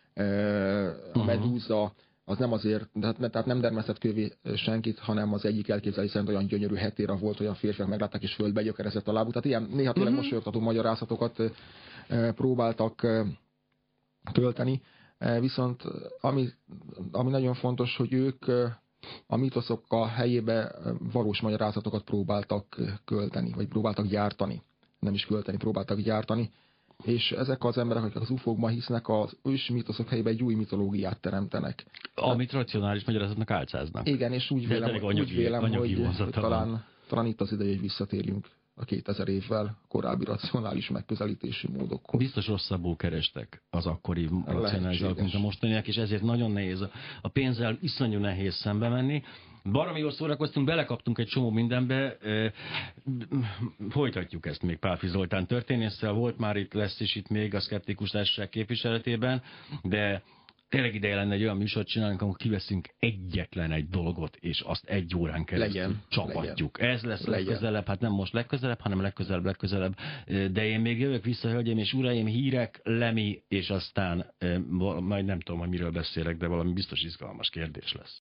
S2: a medúza az nem azért, tehát nem dermesztett kövé senkit, hanem az egyik elképzelés szerint olyan gyönyörű hetéra volt, hogy a férfiak meglátták és földbe gyökerezett a lábú. Tehát ilyen néha tényleg uh-huh. mosolyogtató magyarázatokat próbáltak tölteni. Viszont ami, ami nagyon fontos, hogy ők a mítoszokkal helyébe valós magyarázatokat próbáltak költeni, vagy próbáltak gyártani. Nem is költeni, próbáltak gyártani. És ezek az emberek, akik az ufókban hisznek, az ős mítoszok helyébe egy új mitológiát teremtenek.
S1: Amit racionális magyarázatnak álcáznak.
S2: Igen, és úgy vélem, anyagi, úgy vélem anyagi hogy talán, talán itt az ideje, hogy visszatérjünk a kétezer évvel korábbi racionális megközelítési módokhoz.
S1: Biztos rosszabbul kerestek az akkori racionálisak, mint a mostaniak, és ezért nagyon nehéz. A pénzzel iszonyú nehéz szembe menni. Baromi jól szórakoztunk, belekaptunk egy csomó mindenbe. Folytatjuk ezt még Pálffy Zoltán történésszel. Volt már itt, lesz is itt még a Szkeptikus Társaság képviseletében, de tényleg ideje lenne egy olyan műsort csinálni, amikor kiveszünk egyetlen egy dolgot, és azt egy órán keresztül legyen, csapatjuk. Legyen. Ez lesz legyen. Legközelebb, hát nem most legközelebb, hanem legközelebb, legközelebb. De én még jövök vissza, hölgyeim és uraim, hírek, Lemi, és aztán majd nem tudom, hogy miről beszélek, de valami biztos izgalmas kérdés lesz.